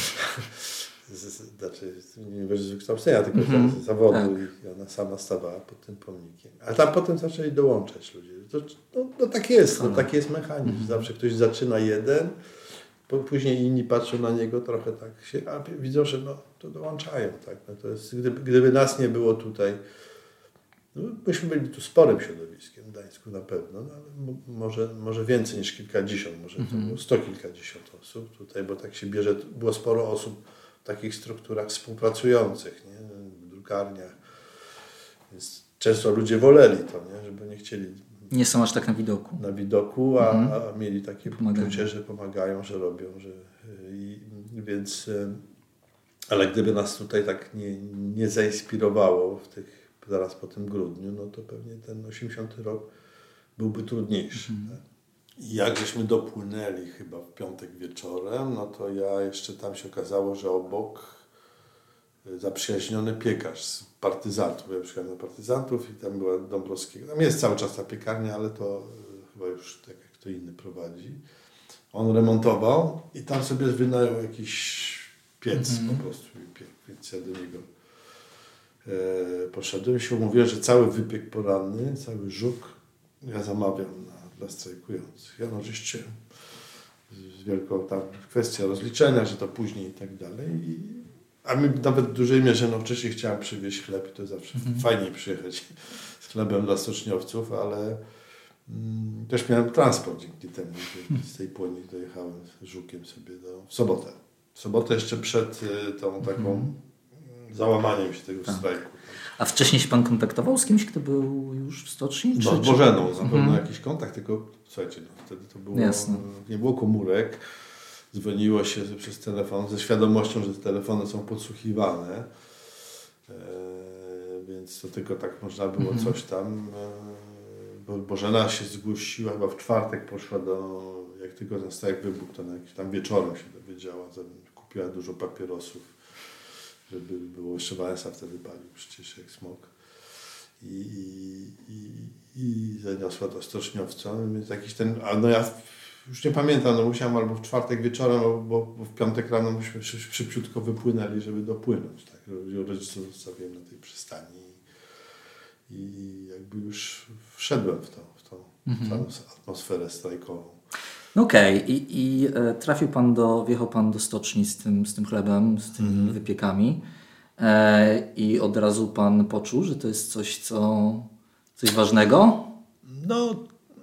Znaczy, nie wiem, z wykształcenia, tylko mm-hmm. z zawodu tak. I ona sama stawała pod tym pomnikiem. A tam potem zaczęli dołączać ludzie. To, no, no tak jest, no, taki jest mechanizm. Mm-hmm. Zawsze ktoś zaczyna jeden, później inni patrzą na niego trochę tak się, a widzą, że no, to dołączają. Tak? No, to jest, gdyby, gdyby nas nie było tutaj, no, byśmy byli tu sporym środowiskiem w Gdańsku na pewno, no, ale może, może więcej niż kilkadziesiąt, może mm-hmm. to było sto kilkadziesiąt osób tutaj, bo tak się bierze, było sporo osób w takich strukturach współpracujących, nie? W drukarniach. Więc często ludzie woleli to, nie? Żeby nie chcieli... Nie są aż tak na widoku. Na widoku, a, mhm. a mieli takie poczucie, że pomagają, że robią. Że, i, więc, ale gdyby nas tutaj tak nie, nie zainspirowało w tych zaraz po tym grudniu, no to pewnie ten osiemdziesiąty rok byłby trudniejszy. Mm. Tak? I jak żeśmy dopłynęli chyba w piątek wieczorem, no to ja jeszcze tam się okazało, że obok zaprzyjaźniony piekarz z partyzantów. Ja przyjechałem na partyzantów i tam była Dąbrowskiego. Tam jest cały czas ta piekarnia, ale to chyba już tak jak kto inny prowadzi. On remontował i tam sobie wynajął jakiś piec mm-hmm. po prostu i piek, więc ja do niego e, poszedłem i się umówiłem, że cały wypiek poranny, cały żuk ja zamawiam na, dla strajkujących. Ja no oczywiście z wielką tam kwestia rozliczenia, że to później i tak dalej. I, a mi nawet w dużej mierze, no wcześniej chciałem przywieźć chleb i to zawsze mm-hmm. fajniej przyjechać z chlebem dla stoczniowców, ale mm, też miałem transport dzięki temu, że z tej Płoni dojechałem z żukiem sobie do, w sobotę. W sobotę jeszcze przed y, tą taką mm-hmm. załamaniem się tego tak. strajku. A wcześniej się pan kontaktował z kimś, kto był już w stoczni? No, z Bożeną, na pewno mhm. jakiś kontakt, tylko słuchajcie, no, wtedy to było, Jasne. nie było komórek, dzwoniło się przez telefon ze świadomością, że te telefony są podsłuchiwane, e, więc to tylko tak można było mhm. coś tam, e, bo Bożena się zgłosiła, chyba w czwartek poszła do, jak tylko ten strajk wybuchł, to na jakiś tam wieczorem się dowiedziała, kupiła dużo papierosów, żeby było jeszcze Wałęsa wtedy palił przecież jak smok. I, i, i zaniosła to stoczniowcom, więc jakiś ten, a no ja już nie pamiętam, no musiałem albo w czwartek wieczorem, bo, bo w piątek rano myśmy szybciutko wypłynęli, żeby dopłynąć. Tak? Rodziców zostawiłem na tej przystani i jakby już wszedłem w tą, w tą mhm. całą atmosferę strajkową. No okej, okay. I, i e, trafił pan do, wjechał pan do stoczni z tym, z tym chlebem, z tymi mm. wypiekami e, i od razu pan poczuł, że to jest coś, co, coś ważnego? No,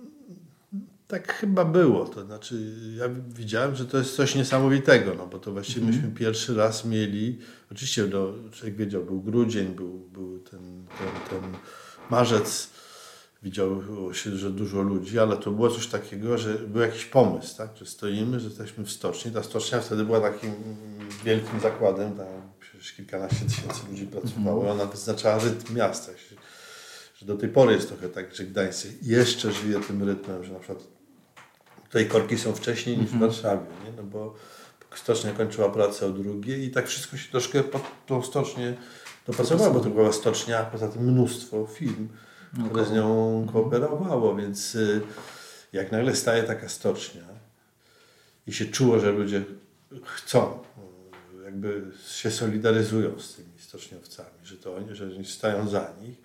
tak chyba było. To znaczy, ja widziałem, że to jest coś niesamowitego, no bo to właściwie mm. myśmy pierwszy raz mieli, oczywiście, no, człowiek wiedział, był grudzień, był, był ten, ten, ten marzec, widziało się, że dużo ludzi, ale to było coś takiego, że był jakiś pomysł, tak? Że stoimy, że jesteśmy w stoczni. Ta stocznia wtedy była takim wielkim zakładem, tam przecież kilkanaście tysięcy ludzi pracowało i ona wyznaczała rytm miasta. Że do tej pory jest trochę tak, że Gdańsk jeszcze żyje tym rytmem, że na przykład tutaj korki są wcześniej niż w Warszawie, nie? No bo stocznia kończyła pracę o drugiej i tak wszystko się troszkę pod tą stocznię dopasowało, bo to była stocznia, poza tym mnóstwo firm, które z nią kooperowało, więc jak nagle staje taka stocznia i się czuło, że ludzie chcą, jakby się solidaryzują z tymi stoczniowcami, że to oni, że oni stają za nich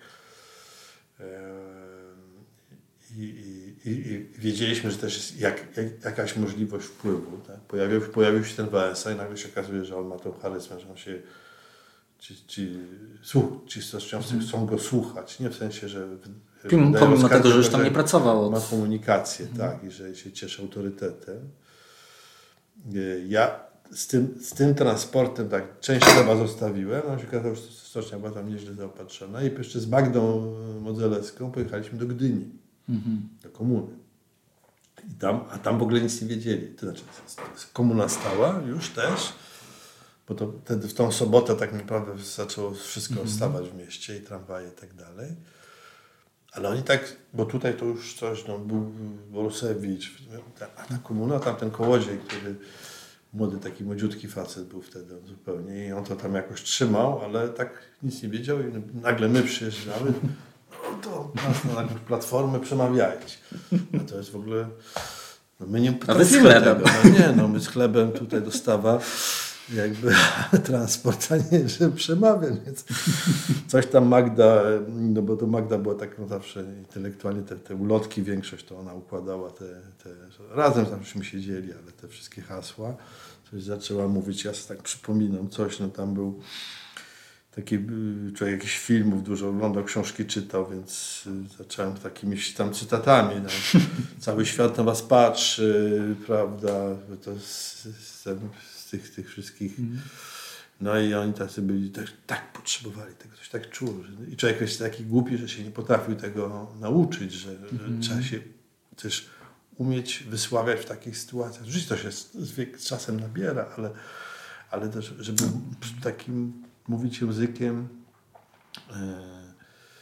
i, i, i, i wiedzieliśmy, że też jest jak, jak, jakaś możliwość wpływu. Tak? Pojawił, pojawił się ten Wałęsa i nagle się okazuje, że on ma tą charyzmę, że on się Ci, ci, słuch, ci stoczniowcy hmm. chcą go słuchać, nie w sensie, że pomimo pomimo tego, że już tam nie pracował. Ma komunikację, hmm. tak, i że się cieszy autorytetem. Ja z tym, z tym transportem tak część chleba zostawiłem, a się okazało, że stocznia była tam nieźle zaopatrzona i jeszcze z Magdą Modzelewską pojechaliśmy do Gdyni, hmm. do komuny. I tam, a tam w ogóle nic nie wiedzieli. To znaczy, komuna stała już też, bo to wtedy w tą sobotę tak naprawdę zaczęło wszystko mm-hmm. stawać w mieście i tramwaje i tak dalej. Ale oni tak, bo tutaj to już coś, no był Borusewicz, a ta komuna, tam ten Kołodziej, który młody, taki młodziutki facet był wtedy zupełnie i on to tam jakoś trzymał, ale tak nic nie wiedział i nagle my przyjeżdżamy, no to nas na jakąś platformę przemawiajcie. A to jest w ogóle, no my nie potrafimy tego. No nie, no my z chlebem tutaj dostawa jakby transport, a nie, że przemawiam, więc coś tam Magda, no bo to Magda była tak no zawsze intelektualnie, te, te ulotki, większość to ona układała, te, te, razem tam żeśmy siedzieli, ale te wszystkie hasła, coś zaczęła mówić, ja sobie tak przypominam coś, no tam był taki człowiek jakichś filmów dużo oglądał, książki czytał, więc zacząłem takimi tam cytatami, no, cały świat na was patrzy, prawda, to z, z, z tych, tych wszystkich, mm. no i oni tacy byli, tak, tak potrzebowali tego, coś tak czuł, że, i człowiek jest taki głupi, że się nie potrafił tego nauczyć, że, mm. że trzeba się też umieć wysławiać w takich sytuacjach. Życie to się z, z czasem nabiera, ale, ale też, żeby takim mówić językiem, e,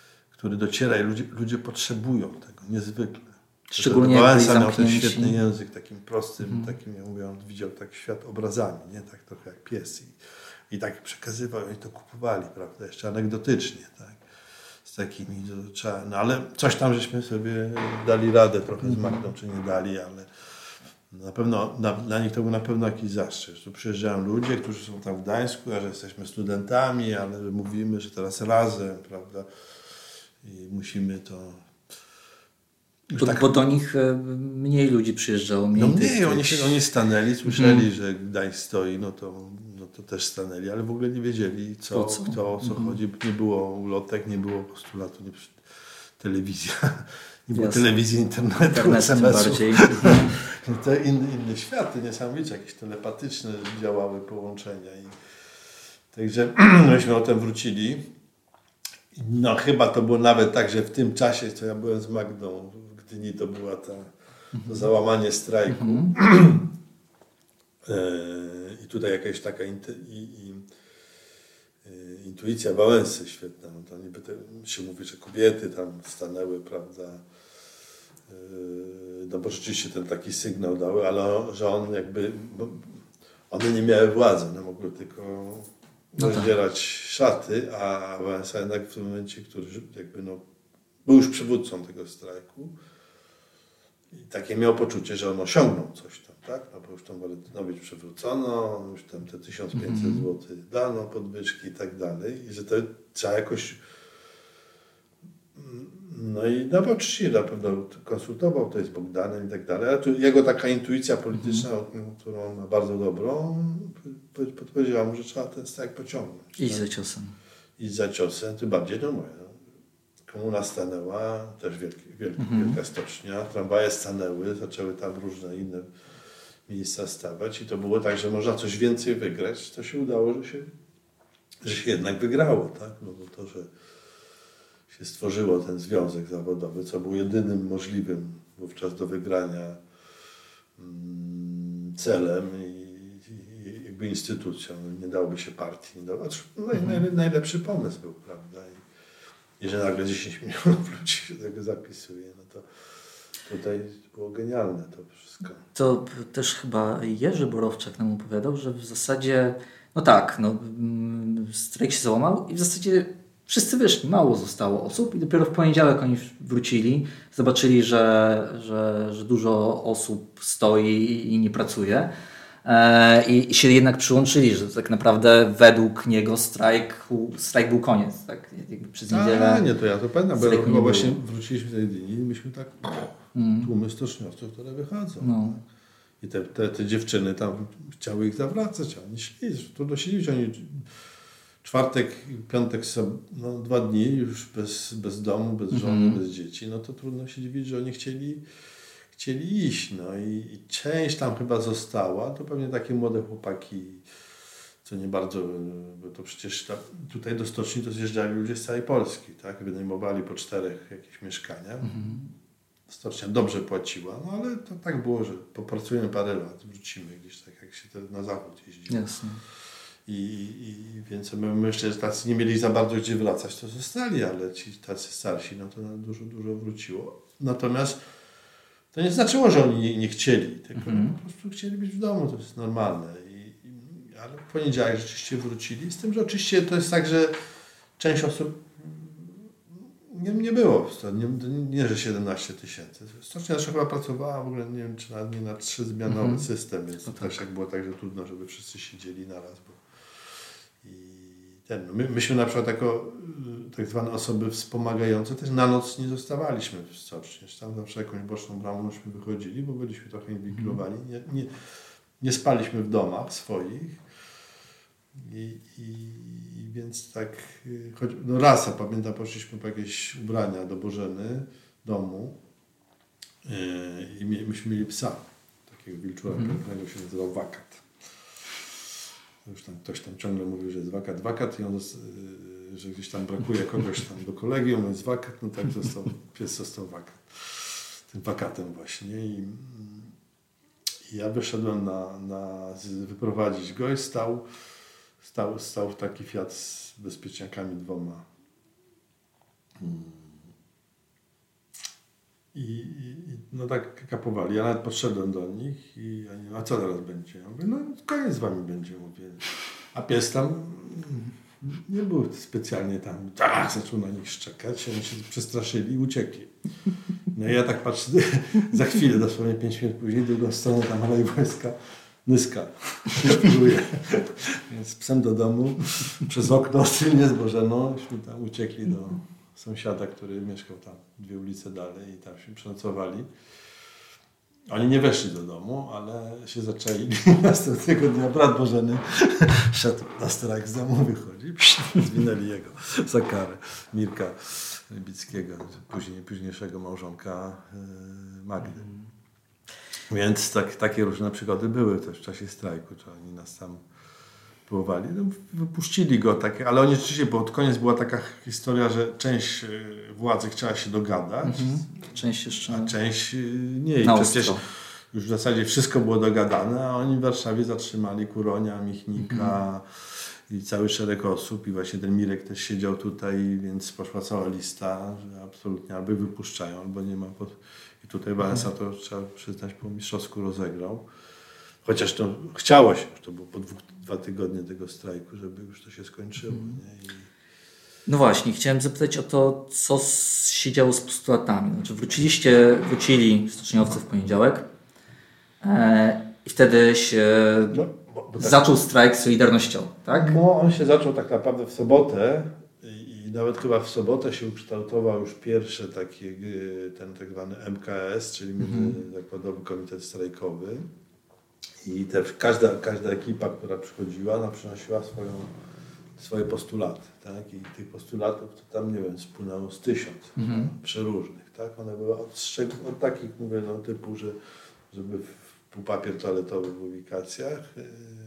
który dociera i ludzie, ludzie potrzebują tego niezwykle. Szczególnie Wałęsa jak miał ten zamknięci. świetny język, takim prostym, Mhm. takim, ja mówię, on widział tak świat obrazami, nie? Tak trochę jak pies. I, i tak przekazywał, i to kupowali, prawda? Jeszcze anegdotycznie, tak? Z takimi, to trzeba, no ale coś tam żeśmy sobie dali radę trochę z Magdą, czy nie dali, ale na pewno, na, dla nich to był na pewno jakiś zaszczyt. Tu przyjeżdżają ludzie, którzy są tam w Gdańsku, a że jesteśmy studentami, ale mówimy, że teraz razem, prawda? I musimy to... Bo, tak, bo do nich e, mniej ludzi przyjeżdżało. Mniej no tych, nie, oni, tych... się, oni stanęli, słyszeli, mhm. że Gdańsk stoi, no to, no to też stanęli, ale w ogóle nie wiedzieli, co, co? kto, o co mhm. chodzi. Nie było ulotek, nie było postulatu, nie, telewizja, nie było Jasne. telewizji, internetu, Internet es em esu. bardziej. To inne, inne światy, niesamowicie, jakieś telepatyczne działały połączenia. I... Także myśmy o tym wrócili. No chyba to było nawet tak, że w tym czasie, co ja byłem z Magdą w Gdyni, to była ta, to załamanie strajku. Mm-hmm. e, I tutaj jakaś taka inty, i, i, e, intuicja Wałęsy świetna. No to niby te, się mówi, że kobiety tam stanęły, prawda, e, no bo rzeczywiście ten taki sygnał dały, ale że on jakby, one nie miały władzy, one mogły tylko rozdzierać no tak. szaty, a Wałęsa jednak w tym momencie, który jakby no, był już przywódcą tego strajku i takie miał poczucie, że on osiągnął coś tam, tak? No bo już tam Walentynowi przywrócono, już tam te tysiąc pięćset mm-hmm. złotych dano, podwyżki i tak dalej i że to trzeba jakoś no i no bo oczywiście na pewno konsultował to z Bogdanem i tak dalej, ale tu jego taka intuicja polityczna, mm. którą on ma bardzo dobrą, podpowiedziała mu, że trzeba ten strajk pociągnąć. Iść tak? za ciosem. Iść za ciosem, tym bardziej no moja. Komuna stanęła, też wielki, wielki, mm. wielka stocznia, tramwaje stanęły, zaczęły tam różne inne miejsca stawać i to było tak, że można coś więcej wygrać, to się udało, że się, że się jednak wygrało, tak? No bo to, że się stworzyło ten związek zawodowy, co był jedynym możliwym wówczas do wygrania mm, celem i, i jakby instytucją. Nie dałoby się partii. Nie dało, no, mhm. Najlepszy pomysł był, prawda? I, i że nagle dziesięć milionów ludzi się tego zapisuje, no to tutaj było genialne to wszystko. To też chyba Jerzy Borowczak nam opowiadał, że w zasadzie, no tak, no, strajk się załamał i w zasadzie wszyscy wyszli, mało zostało osób i dopiero w poniedziałek oni wrócili, zobaczyli, że, że, że dużo osób stoi i nie pracuje e, i się jednak przyłączyli, że tak naprawdę według niego strajk, strajk był koniec. Tak? Jakby przez niedzielę. A, nie, to ja to pamiętam, bo ja chyba właśnie wróciliśmy z tej dni i myśmy tak mm. tłumy stoczniowców, które wychodzą. No. I te, te, te dziewczyny tam chciały ich zawracać, a oni szli, trudno się dziwić, oni czwartek, piątek, no dwa dni już bez, bez domu, bez żony, mm-hmm. bez dzieci, no to trudno się dziwić, że oni chcieli, chcieli iść. No i, i część tam chyba została, to pewnie takie młode chłopaki, co nie bardzo, bo to przecież ta, tutaj do stoczni to zjeżdżali ludzie z całej Polski, tak? Wynajmowali po czterech jakieś mieszkania. Mm-hmm. Stocznia dobrze płaciła, no ale to tak było, że popracujemy parę lat, wrócimy gdzieś tak, jak się to na zachód jeździło. Jasne. I, i więc my, my jeszcze tacy nie mieli za bardzo gdzie wracać, to zostali, ale ci tacy starsi, no to dużo, dużo wróciło. Natomiast to nie znaczyło, że oni nie, nie chcieli, tylko mm-hmm. po prostu chcieli być w domu, to jest normalne. I, i, ale w poniedziałek rzeczywiście wrócili, z tym, że oczywiście to jest tak, że część osób nie, nie było, nie, nie że siedemnaście tysięcy. Stocznia też chyba pracowała w ogóle, nie wiem, czy na, nie na trzyzmianowy mm-hmm. system, więc to też jak było tak, że trudno, żeby wszyscy siedzieli naraz, bo ten, my, myśmy na przykład jako tak zwane osoby wspomagające też na noc nie zostawaliśmy w stoczni. Tam zawsze jakąś boczną bramą myśmy wychodzili, bo byliśmy trochę inwigilowani. Nie, nie, nie spaliśmy w domach swoich. I, i, i więc tak, choć, no raz, a pamiętam, poszliśmy po jakieś ubrania do Bożeny, domu yy, i my, myśmy mieli psa, takiego wilczura mm. pięknego, się nazywał Wakat. Już tam ktoś tam ciągle mówił, że jest wakat, wakat i on, yy, że gdzieś tam brakuje kogoś tam do kolegium, jest wakat, no tak został, pies został wakat. Tym wakatem właśnie. I, i ja wyszedłem na, na wyprowadzić go i stał, stał, stał taki Fiat z bezpieczniakami dwoma. Hmm. I, i no tak kapowali. Ja nawet podszedłem do nich i oni, a co teraz będzie? Ja mówię, no koniec z wami będzie, mówię. A pies tam nie był specjalnie tam, tak, zaczął na nich szczekać, oni się przestraszyli i uciekli. No i ja tak patrzę, za chwilę, dosłownie pięć minut później, drugą stronę tam Alei Wojska, Nyska, szpiluje. Więc z psem do domu, przez okno tylnie zbożeno, myśmy tam uciekli do sąsiada, który mieszkał tam dwie ulice dalej i tam się przenocowali. Oni nie weszli do domu, ale się zaczaili. Następnego dnia brat Bożeny szedł na strajk z domu, wychodzi, zwinęli jego za karę. Mirka Rybickiego, później, późniejszego małżonka Magdy. Więc tak, takie różne przygody były też w czasie strajku, czy oni nas tam próbowali. No, wypuścili go, takie, ale oni rzeczywiście, bo od koniec była taka historia, że część władzy chciała się dogadać, mhm. część jeszcze a część nie. I na przecież ostro. już w zasadzie wszystko było dogadane, a oni w Warszawie zatrzymali Kuronia, Michnika mhm. i cały szereg osób i właśnie ten Mirek też siedział tutaj, więc poszła cała lista, że absolutnie albo wypuszczają, albo nie ma. Pod... I tutaj Wałęsa to trzeba przyznać po mistrzowsku rozegrał. Chociaż to chciało się, to było po dwóch, dwa tygodnie tego strajku, żeby już to się skończyło. Nie? I... No właśnie, chciałem zapytać o to, co się działo z postulatami. Znaczy wróciliście, wrócili stoczniowcy w poniedziałek e, i wtedy się no, bo, bo tak, zaczął strajk solidarnościowy, tak? No, on się zaczął tak naprawdę w sobotę i, i nawet chyba w sobotę się ukształtował już pierwszy taki, ten tak zwany M K S, czyli Międzyzakładowy Komitet Strajkowy. I te, każda, każda ekipa, która przychodziła, ona przynosiła swoją, swoje postulaty. Tak? I tych postulatów to tam, nie wiem, spłynęło z tysiąc, mm-hmm. przeróżnych. Tak? One były od, od takich, mówię, no, typu, że żeby w papier toaletowy w ubikacjach, yy,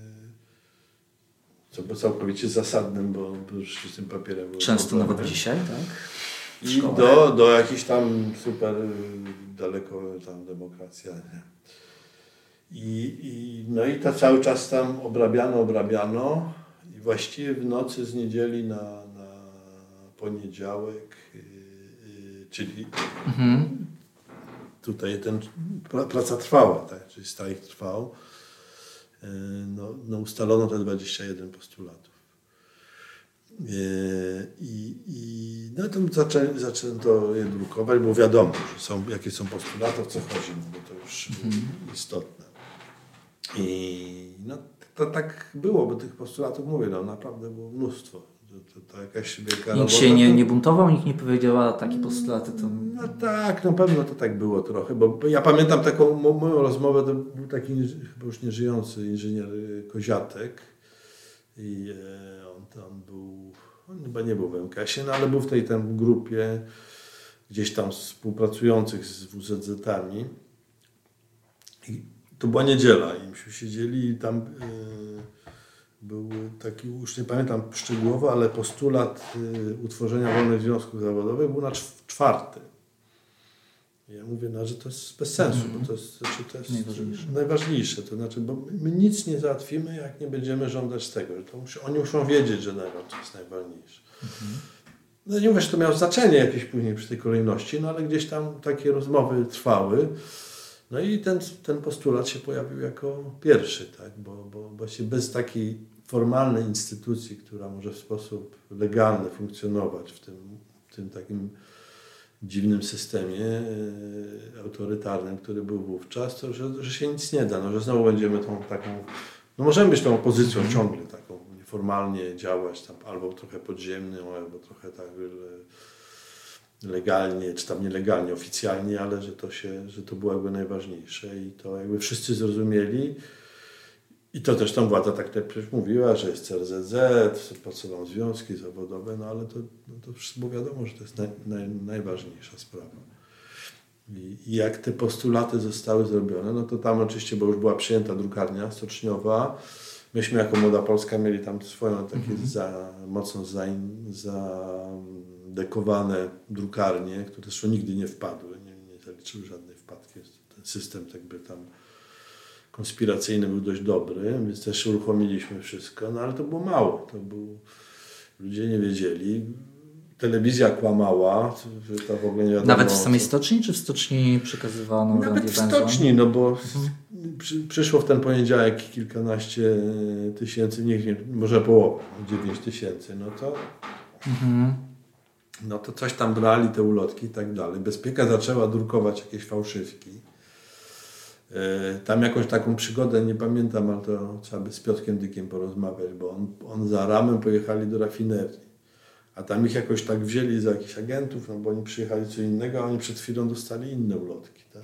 co było całkowicie zasadnym, bo, bo już z tym papierem było często problemy. Nawet dzisiaj, tak? I do, do jakichś tam super daleko tam demokracja. Nie? I, i, no i to cały czas tam obrabiano, obrabiano i właściwie w nocy z niedzieli na, na poniedziałek, yy, yy, czyli mhm. tutaj ten, pra, praca trwała, tak, czyli strajk trwał, yy, no, no ustalono te dwadzieścia jeden postulatów. Yy, I, i no to zaczę, zaczęto je drukować, bo wiadomo, że są, jakie są postulaty, o co chodzi, no, bo to już mhm. istotne. I no to tak było, bo tych postulatów, mówię, no naprawdę było mnóstwo. To, to, to jakaś wielka nikt się nie, nie buntował, nikt nie powiedział, a takie postulaty to... No tak, na pewno to tak było trochę, bo, bo ja pamiętam taką mo, moją rozmowę, to był taki chyba już nieżyjący inżynier Koziatek i e, on, on był, on chyba nie był w M K S-ie, no ale był w tej tam grupie gdzieś tam współpracujących z W Z Z-ami. I to była niedziela i myśmy siedzieli i tam yy, był taki, już nie pamiętam szczegółowo, ale postulat yy, utworzenia wolnych związków zawodowych był na czwarty. I ja mówię, no, że to jest bez sensu, mm. bo to jest, znaczy, to jest najważniejsze. najważniejsze. To znaczy, bo my nic nie załatwimy, jak nie będziemy żądać tego. Że to musi, oni muszą wiedzieć, że to jest najważniejsze. Mm-hmm. No nie mówię, że to miało znaczenie jakieś później przy tej kolejności, no ale gdzieś tam takie rozmowy trwały. No i ten, ten postulat się pojawił jako pierwszy, tak? bo, bo właśnie bez takiej formalnej instytucji, która może w sposób legalny funkcjonować w tym, w tym takim dziwnym systemie e, autorytarnym, który był wówczas, to że, że się nic nie da, no, że znowu będziemy tą taką, no możemy być tą opozycją mm. ciągle taką, nieformalnie działać tam, albo trochę podziemną, albo trochę tak, że legalnie, czy tam nielegalnie, oficjalnie, ale że to się, że to było jakby najważniejsze i to jakby wszyscy zrozumieli i to też tam władza tak też mówiła, że jest C R Z Z, po co nam związki zawodowe, no ale to, no to wszystko było wiadomo, że to jest naj, naj, najważniejsza sprawa. I, I jak te postulaty zostały zrobione, no to tam oczywiście, bo już była przyjęta drukarnia stoczniowa, myśmy jako Młoda Polska mieli tam swoją takie mm-hmm. za, mocno za, za dekowane drukarnie, które zresztą nigdy nie wpadły, nie, nie zaliczyły żadnej wpadki. Ten system jakby tam konspiracyjny był dość dobry, więc też uruchomiliśmy wszystko, no ale to było mało. To był, ludzie nie wiedzieli. telewizja kłamała, że to w ogóle nie wiadomo. Nawet w samej stoczni, czy w stoczni przekazywano Nawet w benzon? stoczni, no bo mhm. przy, przyszło w ten poniedziałek kilkanaście tysięcy, niech nie, może połowę, dziewięć tysięcy, no to mhm. no to coś tam brali, te ulotki i tak dalej. Bezpieka zaczęła drukować jakieś fałszywki. Tam jakąś taką przygodę, nie pamiętam, ale to trzeba by z Piotrkiem Dykiem porozmawiać, bo on, on za ramem pojechali do rafinerii. A tam ich jakoś tak wzięli za jakichś agentów, no bo oni przyjechali co innego, a oni przed chwilą dostali inne ulotki. Tak?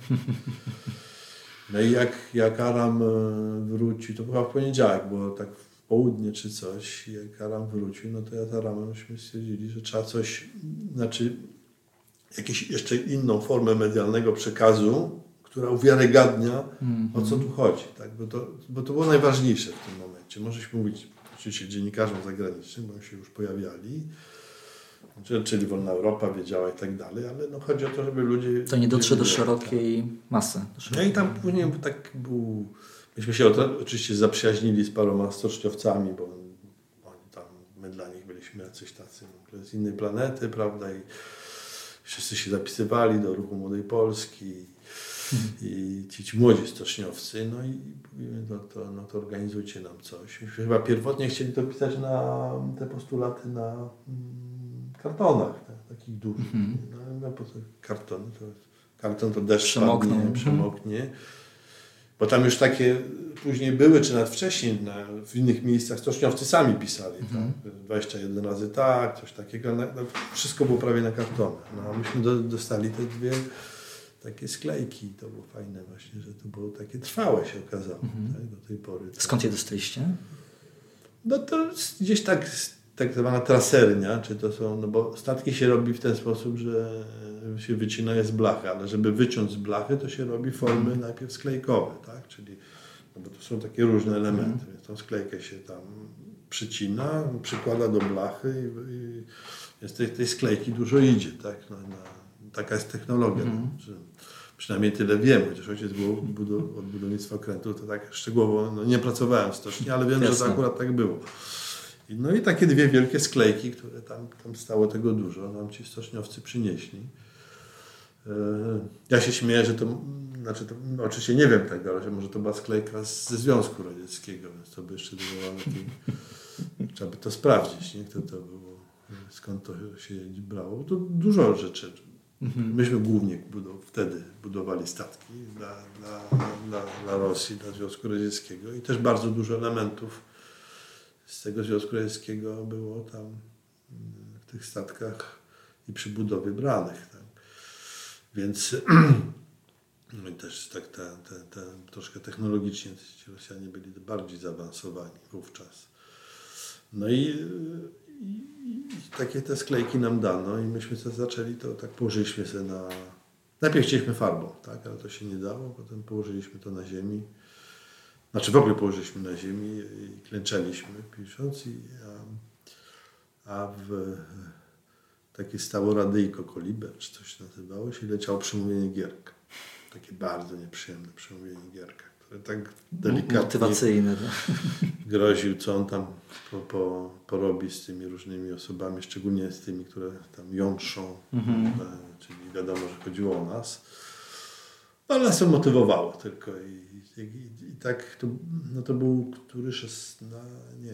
No i jak, jak Aram wrócił, to chyba w poniedziałek, bo tak w południe czy coś, jak Aram wrócił, no to ja z Aramemśmy stwierdzili, że trzeba coś, znaczy jakąś jeszcze inną formę medialnego przekazu, która uwiarygadnia, mm-hmm. o co tu chodzi. Tak? Bo, to, bo to było najważniejsze w tym momencie. Możesz mówić oczywiście dziennikarzom zagranicznym, bo oni się już pojawiali, czyli Wolna Europa wiedziała i tak dalej, ale no chodzi o to, żeby ludzie... To nie dotrze do szerokiej tak. masy. Do szerokiej. No i tam później tak był... Myśmy się oczywiście zaprzyjaźnili z paroma stoczniowcami, bo oni tam, my dla nich byliśmy jacyś tacy z innej planety, prawda, i wszyscy się zapisywali do Ruchu Młodej Polski hmm. i ci, ci młodzi stoczniowcy, no i mówimy, no to, no to organizujcie nam coś. Chyba pierwotnie chcieli to pisać na te postulaty na mm, kartonach, tak, takich dużych. Hmm. No, no po to kartony, to karton to deszcz przemoknie, padnie, przemoknie. Bo tam już takie później były, czy nawet wcześniej na, w innych miejscach stoczniowcy sami pisali. Mm-hmm. Tak? dwadzieścia jeden razy tak, coś takiego. No, wszystko było prawie na kartonach. No, a myśmy do, dostali te dwie takie sklejki. To było fajne właśnie, że to było takie trwałe się okazało mm-hmm. tak, do tej pory. Skąd je dostaliście? No to gdzieś tak, tak zwana trasernia, czy to są, no bo statki się robi w ten sposób, że się wycina je z blachy, ale żeby wyciąć z blachy, to się robi formy mm. najpierw sklejkowe, tak? Czyli, no bo to są takie różne elementy, mm. więc tą sklejkę się tam przycina, przykłada do blachy i, i jest tej, tej sklejki dużo idzie, tak? No, no, taka jest technologia, mm. że przynajmniej tyle wiem, chociaż ojciec był budu- od budownictwa okrętu, to tak szczegółowo no, nie pracowałem w stoczni, ale wiem, Jasne. że to akurat tak było. No i takie dwie wielkie sklejki, które tam, tam stało tego dużo, nam ci stoczniowcy przynieśli. Ja się śmieję, że to, znaczy to, no oczywiście nie wiem tego, ale że może to była sklejka ze Związku Radzieckiego, więc to by jeszcze było na tym, trzeba by to sprawdzić, nie? Kto to było, skąd to się brało. To dużo rzeczy. Myśmy głównie budow- wtedy budowali statki dla, dla, dla, dla Rosji, dla Związku Radzieckiego i też bardzo dużo elementów z tego Związku Radzieckiego było tam w tych statkach i przy budowie branych. Tak. Więc no też tak te, te, te, troszkę technologicznie ci Rosjanie byli bardziej zaawansowani wówczas. No i, i, i takie te sklejki nam dano i myśmy sobie zaczęli to, tak położyliśmy sobie na... Najpierw chcieliśmy farbą, tak, ale to się nie dało, potem położyliśmy to na ziemi. Znaczy w ogóle położyliśmy na ziemi i klęczeliśmy pisząc, i, a, a w takie stało radyjko Koliber, czy coś nazywało się, i leciało przemówienie Gierka. Takie bardzo nieprzyjemne przemówienie Gierka, które tak delikatnie motywacyjne, groził, co on tam po, po, porobi z tymi różnymi osobami, szczególnie z tymi, które tam jątrzą, mhm. czyli wiadomo, że chodziło o nas. Ale nas to motywowało tylko i, i, i, i tak to, no to był który szesnasty, nie,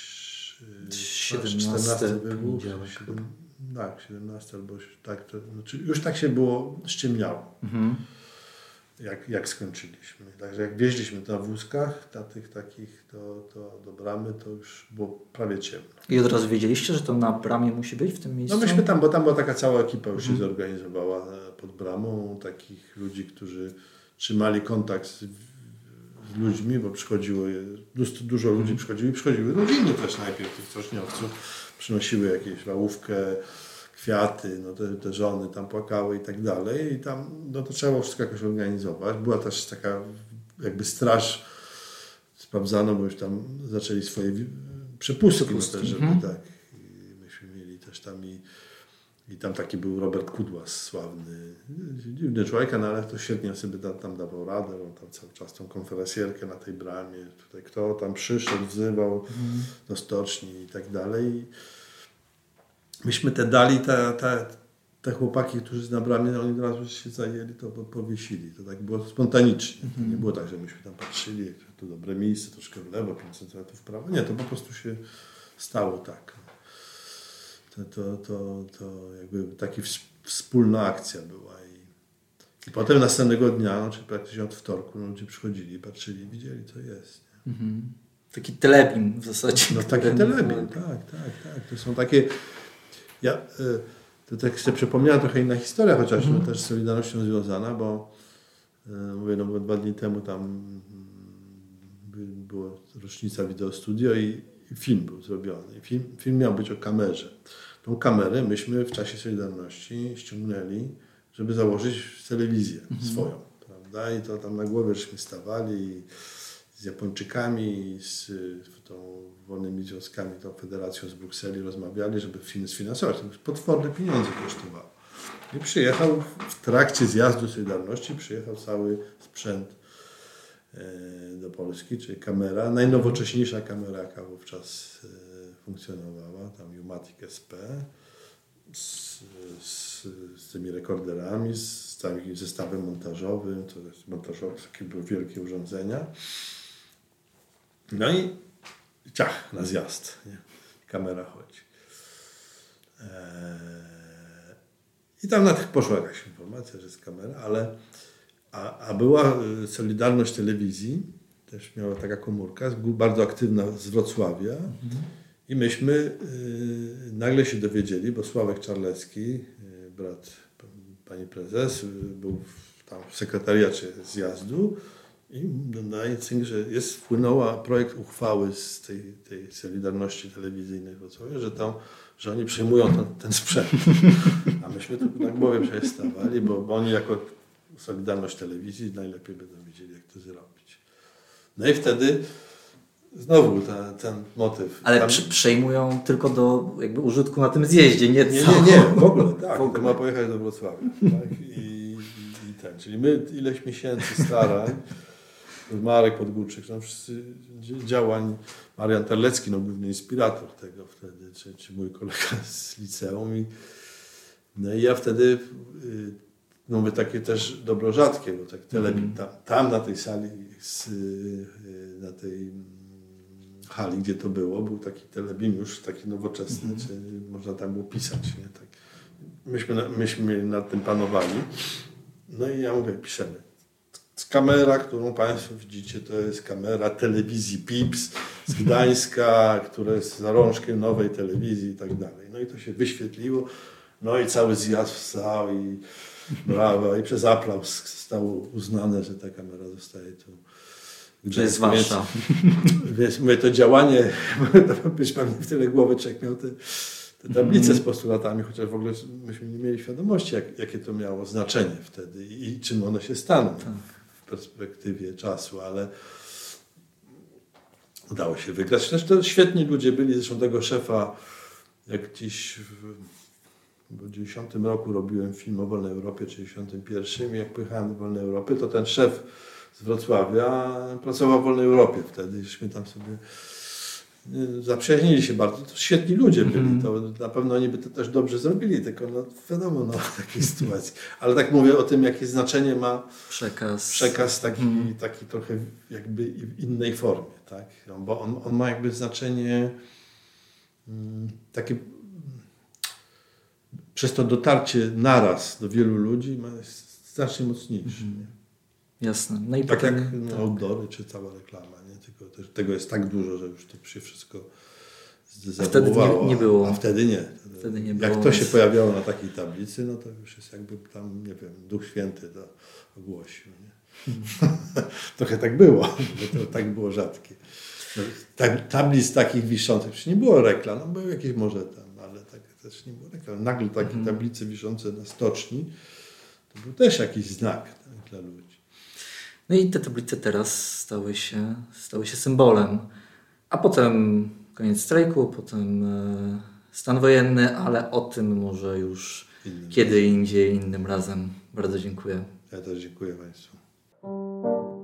czternasty był, tak, siedemnasty albo tak, to, znaczy już tak się było, ściemniało, mhm. jak, jak skończyliśmy. Także jak wjeździliśmy na wózkach, na tych takich to, to do bramy, to już było prawie ciemno. I od razu wiedzieliście, że to na bramie musi być w tym miejscu? No myśmy tam, bo tam była taka cała ekipa już mhm. się zorganizowała pod bramą, takich ludzi, którzy trzymali kontakt z, z ludźmi, bo przychodziło, dużo ludzi przychodziło i przychodziły rodziny też najpierw tych stoczniowców, przynosiły jakieś ławówkę, kwiaty, no te, te żony tam płakały i tak dalej i tam no to trzeba było wszystko jakoś organizować. Była też taka jakby straż, sprawdzano, bo już tam zaczęli swoje przepustki, przepustki. No też, żeby mhm. tak. I myśmy mieli też tam i I tam taki był Robert Kudłas, sławny, dziwny człowiek, no ale to świetnie sobie da, tam dawał radę, on tam cały czas tą konferencjerkę na tej bramie, tutaj kto tam przyszedł, wzywał mm. do stoczni i tak dalej. myśmy te dali, te, te, te chłopaki, którzy na bramie, oni od razu się zajęli, to powiesili. To tak było spontanicznie. To nie było tak, że myśmy tam patrzyli, tu dobre miejsce, troszkę w lewo, pięć centymetrów w prawo. Nie, to po prostu się stało tak. To, to, to, to jakby taka wspólna akcja była. I, i potem następnego dnia, no, czy praktycznie od wtorku, no, ludzie przychodzili, patrzyli, widzieli, co jest. Mhm. Taki telebim w zasadzie. No taki telebim, tak, tak, tak. To są takie... Ja, to tak sobie przypomniała trochę inna historia, chociaż mm. no, też z Solidarnością związana, bo mówię, no bo dwa dni temu tam była rocznica Video Studio i, i film był zrobiony. Film, film miał być o kamerze. Tą kamerę myśmy w czasie Solidarności ściągnęli, żeby założyć telewizję mm. swoją, prawda? I to tam na głowie żeśmy stawali z Japończykami, z tą wolnymi związkami, tą federacją z Brukseli rozmawiali, żeby film sfinansować. To potworne pieniądze kosztowało. I przyjechał w trakcie zjazdu Solidarności, przyjechał cały sprzęt do Polski, czyli kamera, najnowocześniejsza kamera, jaka wówczas funkcjonowała, tam Umatic S P, z, z, z tymi rekorderami, z całym zestawem montażowym, to jest montażowe, takie były wielkie urządzenia. No i ciach, na zjazd, nie? Kamera chodzi. Eee, I tam na tych poszła jakaś informacja, że jest kamera, ale a, a była Solidarność Telewizji, też miała taka komórka, bardzo aktywna z Wrocławia. Mhm. I myśmy y, nagle się dowiedzieli, bo Sławek Czarlecki, y, brat pani prezes, y, był w, tam w sekretariacie zjazdu i dodaje, że jest wpłynęła projekt uchwały z tej, tej Solidarności Telewizyjnej w Wrocławiu, że tam, że oni przejmują ten, ten sprzęt. A myśmy tu na głowie przestawali, bo, bo oni jako Solidarność Telewizji najlepiej będą wiedzieli, jak to zrobić. No i wtedy znowu ta, ten motyw. Ale tam... przejmują tylko do jakby użytku na tym zjeździe, nie Nie, nie, nie, w ogóle tak. W ogóle. Ma pojechać do Wrocławia. Tak? I, i, i ten. Czyli my ileś miesięcy starań, Marek Podgórczyk, no wszyscy działań, Marian Terlecki, no główny inspirator tego wtedy, czy, czy mój kolega z liceum. I, no i ja wtedy, no mówię, takie też dobro rzadkie, bo tak telebim, mm. tam, tam na tej sali, z, na tej hali, gdzie to było, był taki telebim już taki nowoczesny, mm. czy można tam było pisać. Nie? Tak. Myśmy, myśmy nad tym panowali. No i ja mówię, piszemy. Kamera, którą Państwo widzicie, to jest kamera telewizji Pips z Gdańska, która jest zarążkiem nowej telewizji i tak dalej. No i to się wyświetliło. No i cały zjazd wstał i brawa, i przez aplauz zostało uznane, że ta kamera zostaje tu. Że jest wasza. Więc mówię, to działanie, byś pewnie w tyle głowy człowiek miał te, te tablice z postulatami, chociaż w ogóle myśmy nie mieli świadomości, jak, jakie to miało znaczenie wtedy i, i czym one się staną w perspektywie czasu, ale udało się wygrać. Też to świetni ludzie byli, zresztą tego szefa, jak gdzieś w dziewięćdziesiątym roku robiłem film o Wolnej Europie, w dziewięćdziesiątym pierwszym i jak pojechałem do Wolnej Europy, to ten szef z Wrocławia pracował w Wolnej Europie wtedy, żeśmy tam sobie zaprzyjaźnili się bardzo. To świetni ludzie byli, to na pewno oni by to też dobrze zrobili, tylko no wiadomo, no w takiej sytuacji. Ale tak mówię o tym, jakie znaczenie ma przekaz, przekaz taki, hmm. taki trochę jakby w innej formie, tak? No, bo on, on ma jakby znaczenie mm, takie przez to dotarcie naraz do wielu ludzi ma znacznie mocniejsze. Hmm. Jasne. No i tak potem, jak no, tak. outdoory czy cała reklama, nie? Tylko też, tego jest tak dużo, że już to się wszystko A wtedy nie, nie było. A wtedy nie. Wtedy nie jak było, to się pojawiało na takiej tablicy, no to już jest jakby tam, nie wiem, Duch Święty to ogłosił. Nie? Hmm. Trochę tak było, bo to tak było rzadkie. No, tak, tablic takich wiszących, przecież nie było reklam, no były jakieś może tam, ale tak też nie było reklam. Nagle takie hmm. tablice wiszące na stoczni, to był też jakiś znak tak, dla ludzi. No i te tablice teraz stały się, stały się symbolem. A potem koniec strajku, potem stan wojenny, ale o tym może już innym kiedy razem. indziej, innym razem. Bardzo dziękuję. Ja też dziękuję Państwu.